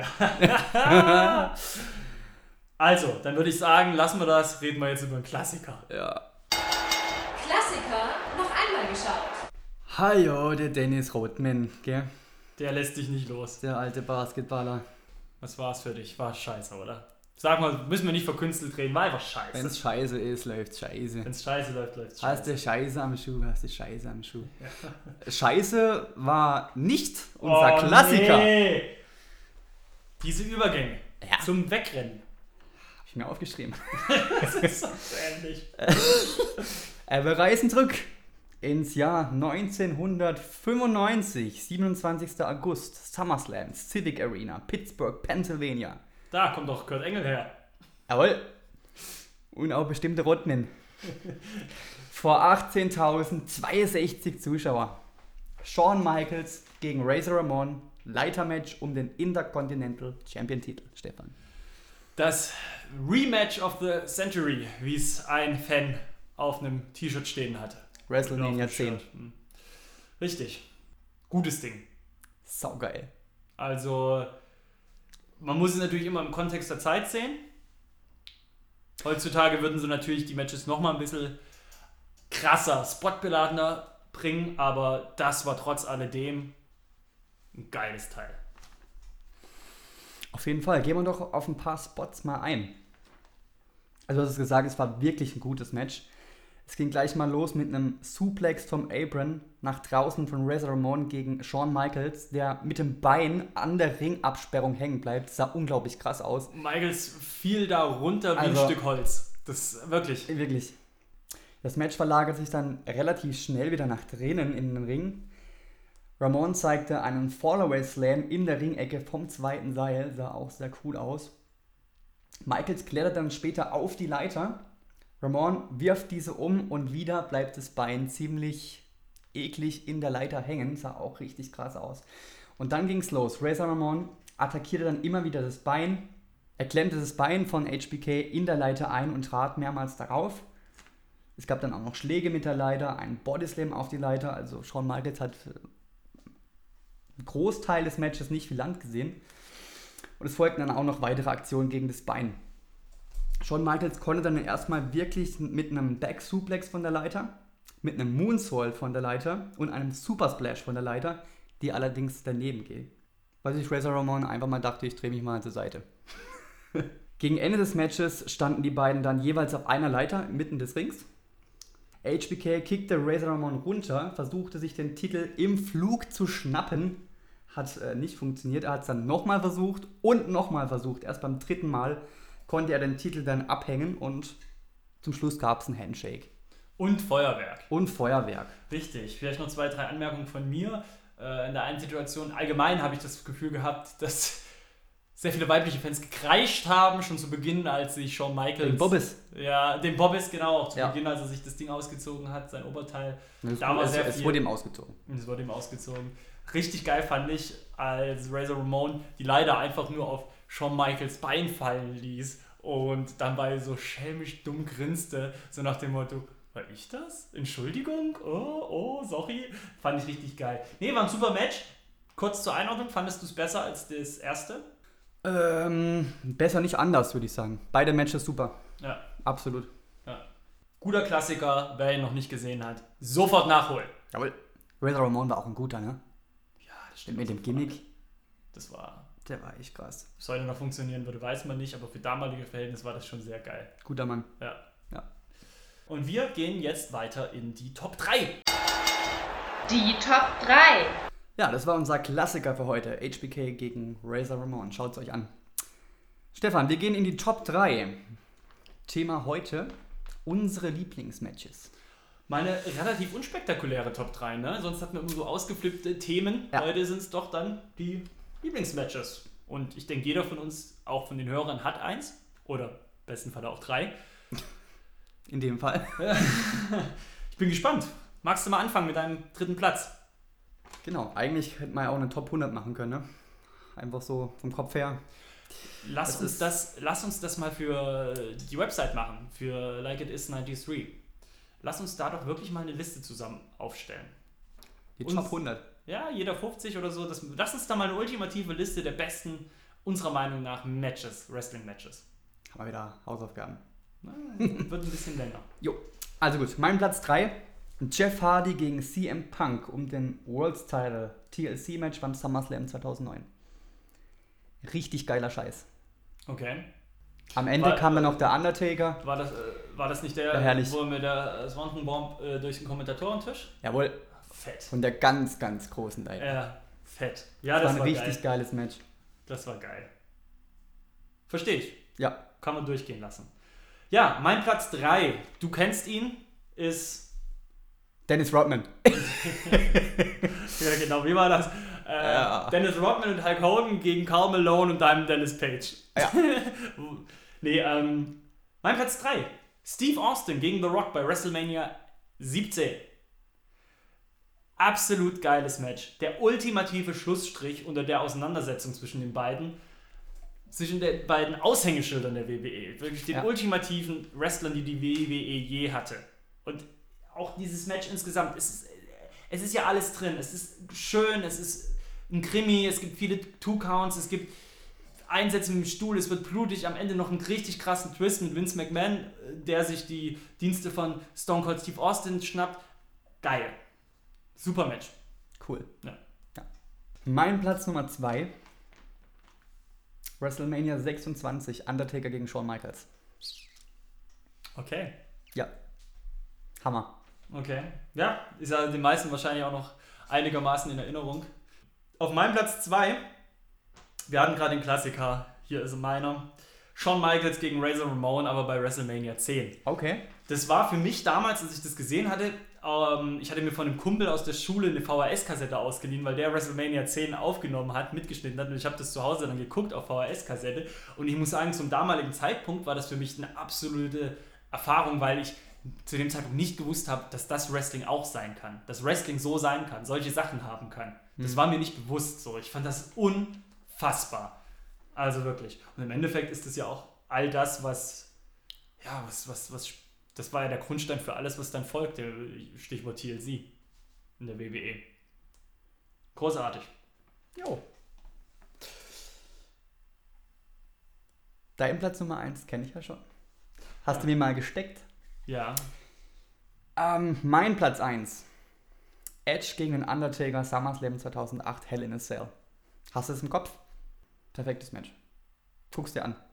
B: Ja. Also, dann würde ich sagen, lassen wir das, reden wir jetzt über einen Klassiker.
A: Ja.
C: Klassiker noch einmal geschaut.
A: Hallo, der Dennis Rodman, gell?
B: Der lässt dich nicht los.
A: Der alte Basketballer.
B: Was war's für dich? War scheiße, oder? Sag mal, müssen wir nicht verkünstelt reden, war einfach scheiße.
A: Wenn's scheiße ist, läuft's scheiße.
B: Wenn's scheiße läuft, läuft's scheiße.
A: Hast du Scheiße am Schuh, hast du Scheiße am Schuh. Ja. Scheiße war nicht unser
B: oh,
A: Klassiker.
B: Nee. Diese Übergänge
A: Ja.
B: zum Wegrennen.
A: Hab ich mir aufgeschrieben.
B: Das ist so ähnlich.
A: äh, wir reisen zurück ins Jahr neunzehnhundertfünfundneunzig, siebenundzwanzigster August, SummerSlam, Civic Arena, Pittsburgh, Pennsylvania.
B: Da kommt doch Kurt Engel her.
A: Jawohl. Und auch bestimmte Rodman. Vor achtzehntausendzweiundsechzig Zuschauer. Shawn Michaels gegen Razor Ramon. Leitermatch um den Intercontinental Champion-Titel, Stefan.
B: Das Rematch of the Century, wie es ein Fan auf einem T-Shirt stehen hatte.
A: WrestleMania zehn.
B: Hm. Richtig. Gutes Ding.
A: Saugeil.
B: Also, man muss es natürlich immer im Kontext der Zeit sehen. Heutzutage würden sie natürlich die Matches nochmal ein bisschen krasser, spotbeladener bringen, aber das war trotz alledem ein geiles Teil.
A: Auf jeden Fall. Gehen wir doch auf ein paar Spots mal ein. Also du hast es gesagt, es war wirklich ein gutes Match. Es ging gleich mal los mit einem Suplex vom Abram nach draußen von Razor Ramon gegen Shawn Michaels, der mit dem Bein an der Ringabsperrung hängen bleibt. Das sah unglaublich krass aus.
B: Michaels fiel da runter wie
A: Also,
B: ein Stück Holz. Das wirklich.
A: Wirklich. Das Match verlagert sich dann relativ schnell wieder nach drinnen in den Ring. Ramon zeigte einen Fallaway Slam in der Ringecke vom zweiten Seil. Sah auch sehr cool aus. Michaels klettert dann später auf die Leiter. Ramon wirft diese um und wieder bleibt das Bein ziemlich eklig in der Leiter hängen. Sah auch richtig krass aus. Und dann ging's los. Razor Ramon attackierte dann immer wieder das Bein. Er klemmte das Bein von H B K in der Leiter ein und trat mehrmals darauf. Es gab dann auch noch Schläge mit der Leiter, einen Bodyslam auf die Leiter. Also Shawn Michaels hat einen Großteil des Matches nicht viel Land gesehen. Und es folgten dann auch noch weitere Aktionen gegen das Bein. Shawn Michaels konnte dann erstmal wirklich mit einem Back-Suplex von der Leiter, mit einem Moonsault von der Leiter und einem Super Splash von der Leiter, die allerdings daneben geht. Weil sich Razor Ramon einfach mal dachte, ich drehe mich mal zur Seite. Gegen Ende des Matches standen die beiden dann jeweils auf einer Leiter mitten des Rings. H B K kickte Razor Ramon runter, versuchte sich den Titel im Flug zu schnappen. Hat äh, nicht funktioniert. Er hat es dann nochmal versucht und nochmal versucht. Erst beim dritten Mal konnte er den Titel dann abhängen und zum Schluss gab es einen Handshake.
B: Und Feuerwerk.
A: Und Feuerwerk.
B: Richtig. Vielleicht noch zwei, drei Anmerkungen von mir. Äh, in der einen Situation, allgemein habe ich das Gefühl gehabt, dass sehr viele weibliche Fans gekreischt haben, schon zu Beginn, als sich Shawn Michaels...
A: Den Bobbis.
B: Ja, den Bobbis, genau, auch zu
A: Ja.
B: Beginn, als er sich das Ding ausgezogen hat, sein Oberteil.
A: Es,
B: Da war
A: es,
B: sehr
A: es
B: viel.
A: wurde ihm ausgezogen.
B: Und es wurde ihm ausgezogen. Richtig geil fand ich, als Razor Ramon die Leiter einfach nur auf Shawn Michaels Bein fallen ließ und dabei so schelmisch dumm grinste, so nach dem Motto, war ich das? Entschuldigung? Oh, oh, sorry. Fand ich richtig geil. Nee, war ein super Match. Kurz zur Einordnung, fandest du es besser als das erste?
A: Ähm, besser nicht anders, würde ich sagen. Beide Matches super.
B: Ja.
A: Absolut.
B: Ja. Guter Klassiker, wer ihn noch nicht gesehen hat, sofort nachholen.
A: Jawohl. Razor Ramon war auch ein guter, ne?
B: Ja, das stimmt.
A: Mit dem Gimmick.
B: Das war,
A: Der war echt krass.
B: ob es heute noch funktionieren würde, weiß man nicht, aber für damalige Verhältnisse war das schon sehr geil.
A: Guter Mann.
B: Ja.
A: Ja.
B: Und wir gehen jetzt weiter in die Top drei.
C: Die Top drei.
A: Ja, das war unser Klassiker für heute. H B K gegen Razor Ramon. Schaut es euch an. Stefan, wir gehen in die Top drei. Thema heute: unsere Lieblingsmatches.
B: Meine relativ unspektakuläre Top drei, ne? Sonst hatten wir immer so ausgeflippte Themen.
A: Ja.
B: Heute sind es doch dann die Lieblingsmatches. Und ich denke, jeder von uns, auch von den Hörern, hat eins. Oder im besten Fall auch drei.
A: In dem Fall.
B: Ich bin gespannt. Magst du mal anfangen mit deinem dritten Platz?
A: Genau, eigentlich hätte man ja auch eine Top hundert machen können, ne? Einfach so vom Kopf her.
B: Lass
A: Das
B: uns,
A: ist-
B: das, lass uns das mal für die Website machen, für Like It Is dreiundneunzig. Lass uns da doch wirklich mal eine Liste zusammen aufstellen.
A: Die
B: Uns-
A: Top hundert.
B: Ja, jeder fünfzig oder so. Das, lass uns da mal eine ultimative Liste der besten, unserer Meinung nach, Matches, Wrestling-Matches.
A: Haben wir wieder Hausaufgaben.
B: Na, wird ein bisschen länger.
A: Jo, also gut, mein Platz drei. Jeff Hardy gegen C M Punk um den World's Title T L C-Match beim SummerSlam zweitausendneun. Richtig geiler Scheiß.
B: Okay.
A: Am Ende
B: War-
A: kam dann noch der Undertaker.
B: War das, äh, war das nicht der,
A: Ja, herrlich.
B: wo er mit der äh, Swanton Bomb äh, durch den Kommentatorentisch?
A: Jawohl,
B: Fett.
A: von der ganz, ganz großen Leiter.
B: Ja, fett. Ja,
A: das
B: das
A: war ein
B: war
A: richtig
B: geil.
A: geiles Match.
B: Das war geil. Verstehe ich.
A: Ja,
B: Kann man durchgehen lassen. Ja, mein Platz drei, du kennst ihn, ist...
A: Dennis Rodman.
B: Ja, genau, wie war das? Äh,
A: Ja.
B: Dennis Rodman und Hulk Hogan gegen Karl Malone und Diamond Dennis Page.
A: Ja.
B: nee, ähm, mein Platz drei, Steve Austin gegen The Rock bei WrestleMania siebzehn. Absolut geiles Match. Der ultimative Schlussstrich unter der Auseinandersetzung zwischen den beiden, zwischen den beiden Aushängeschildern der W W E. Wirklich den
A: Ja.
B: ultimativen Wrestlern, die die W W E je hatte. Und auch dieses Match insgesamt, es ist, es ist ja alles drin. Es ist schön, es ist ein Krimi, es gibt viele Two-Counts, es gibt Einsätze mit dem Stuhl, es wird blutig, am Ende noch einen richtig krassen Twist mit Vince McMahon, der sich die Dienste von Stone Cold Steve Austin schnappt. Geil. Super Match.
A: Cool.
B: Ja.
A: Ja. Mein Platz Nummer zwei. WrestleMania sechsundzwanzig, Undertaker gegen Shawn Michaels.
B: Okay.
A: Ja. Hammer.
B: Okay. Ja, ist ja den meisten wahrscheinlich auch noch einigermaßen in Erinnerung. Auf meinem Platz zwei, wir hatten gerade den Klassiker, hier ist meiner, Shawn Michaels gegen Razor Ramon, aber bei WrestleMania zehn.
A: Okay.
B: Das war für mich damals, als ich das gesehen hatte, ähm, ich hatte mir von einem Kumpel aus der Schule eine V H S-Kassette ausgeliehen, weil der WrestleMania zehn aufgenommen hat, mitgeschnitten hat und ich habe das zu Hause dann geguckt auf V H S-Kassette und ich muss sagen, zum damaligen Zeitpunkt war das für mich eine absolute Erfahrung, weil ich zu dem Zeitpunkt nicht gewusst habe, dass das Wrestling auch sein kann, dass Wrestling so sein kann, solche Sachen haben kann. Das
A: Mhm.
B: war mir nicht bewusst so. Ich fand das unfassbar. Also wirklich. Und im Endeffekt ist es ja auch all das, was, ja, was, was, was, das war ja der Grundstein für alles, was dann folgte. Stichwort T L C in der W W E. Großartig.
A: Jo. Dein Platz Nummer eins kenne ich ja schon. Hast
B: Ja.
A: du mir mal gesteckt?
B: Ja.
A: Ähm, mein Platz eins. Edge gegen den Undertaker, SummerSlam zweitausendacht, Hell in a Cell. Hast du es im Kopf? Perfektes Match. Guck's dir an.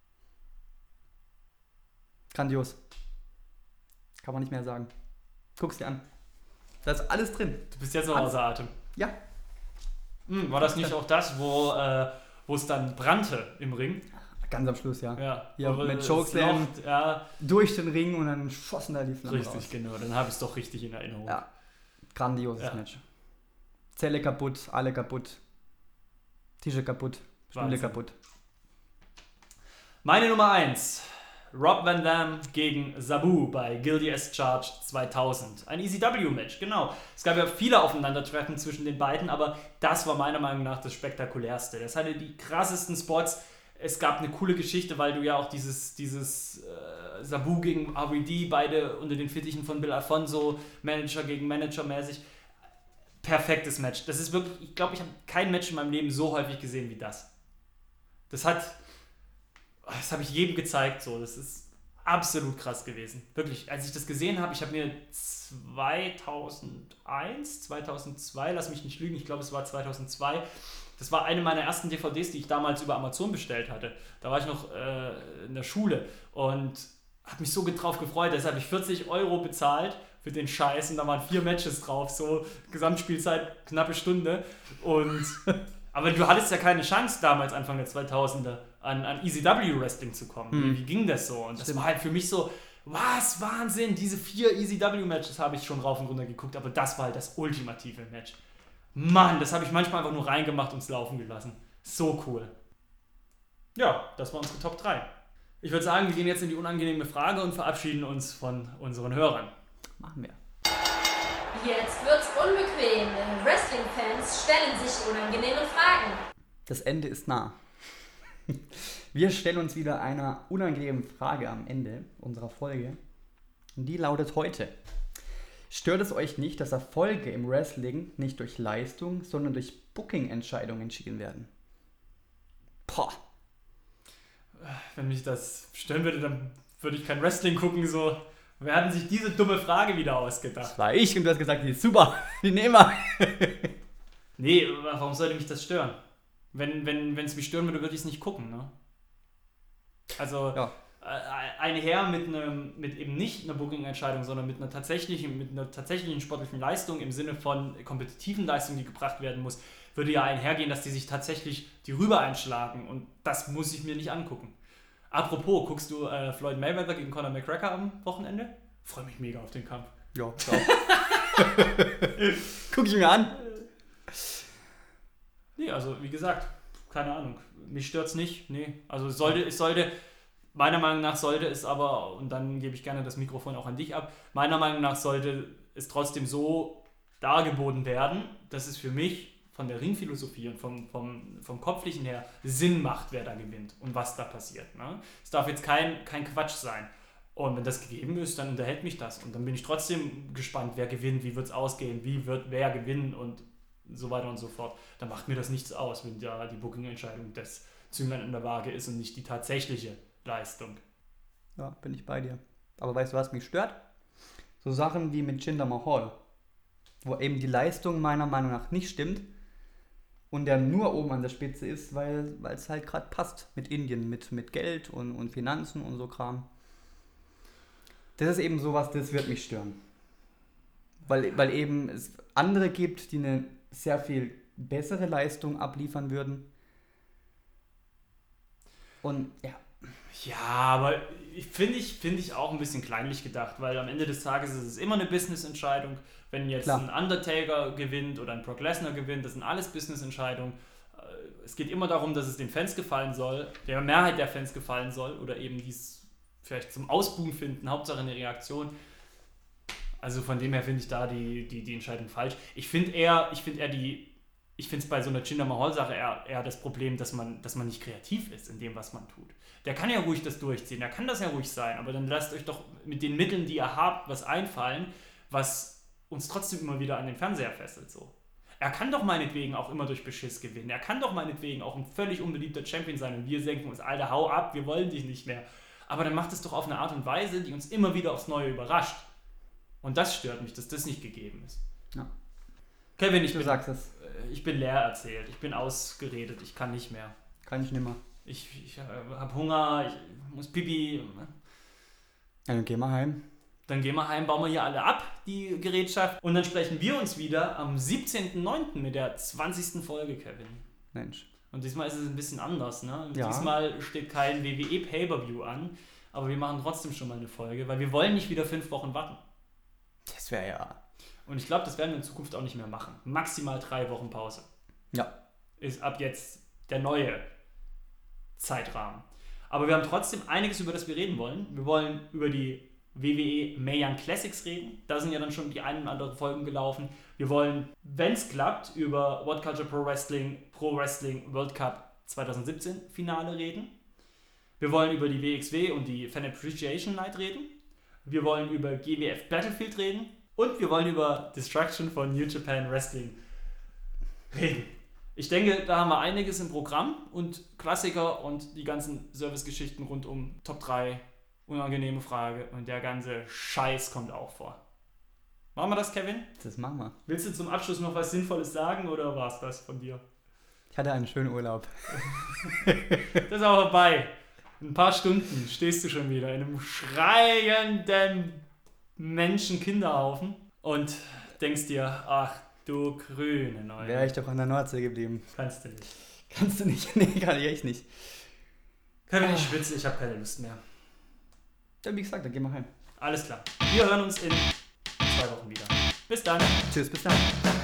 A: Grandios. Kann man nicht mehr sagen. Guck's dir an. Da ist alles drin.
B: Du bist jetzt noch
A: Alles.
B: außer Atem.
A: Ja.
B: Hm, war das nicht auch das, wo äh, wo es dann brannte im Ring?
A: Ganz am Schluss, ja.
B: Ja,
A: Ja,
B: Wo
A: mit
B: das
A: Chokeslam.
B: Loch- Ja,
A: Durch den Ring und dann schossen da die Flammen
B: richtig,
A: raus.
B: genau. Dann habe ich es doch richtig in Erinnerung.
A: Ja. Grandioses
B: Ja.
A: Match. Zelle kaputt, alle kaputt. Tische kaputt, Stühle
B: Wahnsinn.
A: kaputt.
B: Meine Nummer eins. Rob Van Dam gegen Sabu bei Guilty as Charged zweitausend. Ein E C W-Match, genau. Es gab ja viele Aufeinandertreffen zwischen den beiden, aber das war meiner Meinung nach das spektakulärste. Das hatte die krassesten Spots. Es gab eine coole Geschichte, weil du ja auch dieses, dieses äh, Sabu gegen R V D, beide unter den Fittichen von Bill Alfonso, Manager gegen Manager mäßig. Perfektes Match. Das ist wirklich, ich glaube, ich habe kein Match in meinem Leben so häufig gesehen wie das. Das hat, das habe ich jedem gezeigt, so. Das ist absolut krass gewesen. Wirklich, als ich das gesehen habe, ich habe mir zweitausendeins, zweitausendzwei, lass mich nicht lügen, ich glaube, es war zweitausendzwei, das war eine meiner ersten D V Ds, die ich damals über Amazon bestellt hatte. Da war ich noch äh, in der Schule und habe mich so drauf gefreut. Deshalb habe ich vierzig Euro bezahlt für den Scheiß und da waren vier Matches drauf, so Gesamtspielzeit knappe Stunde. Und aber du hattest ja keine Chance damals, Anfang der zweitausender, an, an E C W-Wrestling zu kommen.
A: Hm.
B: Wie, wie ging das so? Und das
A: Stimmt.
B: war halt für mich so, was, Wahnsinn, diese vier E C W-Matches habe ich schon rauf und runter geguckt, aber das war halt das ultimative Match. Mann, das habe ich manchmal einfach nur reingemacht und es laufen gelassen. So cool. Ja, das war unsere Top drei. Ich würde sagen, wir gehen jetzt in die unangenehme Frage und verabschieden uns von unseren Hörern.
A: Machen wir.
C: Jetzt wird's unbequem. Wrestling-Fans stellen sich unangenehme Fragen.
A: Das Ende ist nah. Wir stellen uns wieder einer unangenehmen Frage am Ende unserer Folge. Und die lautet heute: Stört es euch nicht, dass Erfolge im Wrestling nicht durch Leistung, sondern durch Booking-Entscheidungen entschieden werden? Boah.
B: Wenn mich das stören würde, dann würde ich kein Wrestling gucken, so. Wer hat sich diese dumme Frage wieder ausgedacht?
A: Das war ich und du hast gesagt, die ist super, die nehmen wir.
B: Nee, warum sollte mich das stören? Wenn wenn wenn, es mich stören würde, würde ich es nicht gucken, ne? Also,
A: ja.
B: äh, einher mit, einem, mit eben nicht einer Booking-Entscheidung, sondern mit einer tatsächlichen, mit einer tatsächlichen sportlichen Leistung im Sinne von kompetitiven Leistungen, die gebracht werden muss, würde ja einhergehen, dass die sich tatsächlich die Rübe einschlagen und das muss ich mir nicht angucken. Apropos, guckst du äh, Floyd Mayweather gegen Conor McGregor am Wochenende? Freue mich mega auf den Kampf.
A: Ja, klar. Guck ich mir an.
B: Nee, also wie gesagt, keine Ahnung. Mich stört's nicht. Nee, also es sollte, es sollte, meiner Meinung nach sollte es aber, und dann gebe ich gerne das Mikrofon auch an dich ab, meiner Meinung nach sollte es trotzdem so dargeboten werden, dass es für mich von der Ringphilosophie und vom, vom, vom Kopflichen her Sinn macht, wer da gewinnt und was da passiert. Ne? Es darf jetzt kein, kein Quatsch sein. Und wenn das gegeben ist, dann unterhält mich das. Und dann bin ich trotzdem gespannt, wer gewinnt, wie wird es ausgehen, wie wird wer gewinnen und so weiter und so fort. Da macht mir das nichts aus, wenn ja die Booking-Entscheidung das Zünglein in der Waage ist und nicht die tatsächliche Leistung.
A: Ja, bin ich bei dir. Aber weißt du, was mich stört? So Sachen wie mit Jinder Mahal, wo eben die Leistung meiner Meinung nach nicht stimmt und der nur oben an der Spitze ist, weil es halt gerade passt mit Indien, mit, mit Geld und, und Finanzen und so Kram. Das ist eben sowas, das wird mich stören. Weil, weil eben es andere gibt, die eine sehr viel bessere Leistung abliefern würden. Und ja.
B: Ja, aber ich finde ich, find ich auch ein bisschen kleinlich gedacht, weil am Ende des Tages ist es immer eine Business-Entscheidung. Wenn jetzt
A: Klar.
B: ein Undertaker gewinnt oder ein Brock Lesnar gewinnt, das sind alles Business-Entscheidungen. Es geht immer darum, dass es den Fans gefallen soll, der Mehrheit der Fans gefallen soll oder eben dies vielleicht zum Ausbuhen finden, Hauptsache eine Reaktion. Also von dem her finde ich da die, die, die Entscheidung falsch. Ich finde eher, ich finde eher die, ich finde es bei so einer Jinder Mahal-Sache eher, eher das Problem, dass man, dass man nicht kreativ ist in dem, was man tut. Der kann ja ruhig das durchziehen, der kann das ja ruhig sein, aber dann lasst euch doch mit den Mitteln, die ihr habt, was einfallen, was uns trotzdem immer wieder an den Fernseher fesselt. So. Er kann doch meinetwegen auch immer durch Beschiss gewinnen. Er kann doch meinetwegen auch ein völlig unbeliebter Champion sein und wir denken uns, Alter, hau ab, wir wollen dich nicht mehr. Aber dann macht es doch auf eine Art und Weise, die uns immer wieder aufs Neue überrascht. Und das stört mich, dass das nicht gegeben ist.
A: Ja.
B: Kevin, ich
A: Du
B: bin,
A: sagst es.
B: ich bin leer erzählt, ich bin ausgeredet, ich kann nicht mehr.
A: Kann ich nimmer.
B: Ich, ich habe Hunger, ich muss Pipi.
A: Ja, dann geh mal heim.
B: Dann gehen wir heim, bauen wir hier alle ab, die Gerätschaft. Und dann sprechen wir uns wieder am siebzehnten neunten mit der zwanzigsten Folge, Kevin.
A: Mensch.
B: Und diesmal ist es ein bisschen anders, ne?
A: Ja.
B: Diesmal steht kein W W E Pay-Per-View an, aber wir machen trotzdem schon mal eine Folge, weil wir wollen nicht wieder fünf Wochen warten.
A: Das wäre ja...
B: Und ich glaube, das werden wir in Zukunft auch nicht mehr machen. Maximal drei Wochen Pause.
A: Ja.
B: Ist ab jetzt der neue Zeitrahmen. Aber wir haben trotzdem einiges, über das wir reden wollen. Wir wollen über die W W E Mae Young Classics reden. Da sind ja dann schon die ein oder andere Folgen gelaufen. Wir wollen, wenn es klappt, über What Culture Pro Wrestling Pro Wrestling World Cup zwanzig siebzehn Finale reden. Wir wollen über die W X W und die Fan Appreciation Night reden. Wir wollen über G W F Battlefield reden. Und wir wollen über Destruction von New Japan Wrestling reden. Ich denke, da haben wir einiges im Programm und Klassiker und die ganzen Servicegeschichten rund um Top drei, unangenehme Frage und der ganze Scheiß kommt auch vor. Machen wir das, Kevin?
A: Das machen wir.
B: Willst du zum Abschluss noch was Sinnvolles sagen oder war es das von dir?
A: Ich hatte einen schönen Urlaub.
B: Das ist auch vorbei. In ein paar Stunden stehst du schon wieder in einem schreienden Menschen-Kinderhaufen und denkst dir, ach du grüne Neune.
A: Wäre ich doch an der Nordsee geblieben.
B: Kannst du nicht.
A: Kannst du nicht? Nee, kann ich echt nicht.
B: Kevin, ich schwitze, ich habe keine Lust mehr.
A: Ja, wie gesagt, dann gehen wir heim.
B: Alles klar. Wir hören uns in zwei Wochen wieder. Bis dann.
A: Tschüss, bis dann.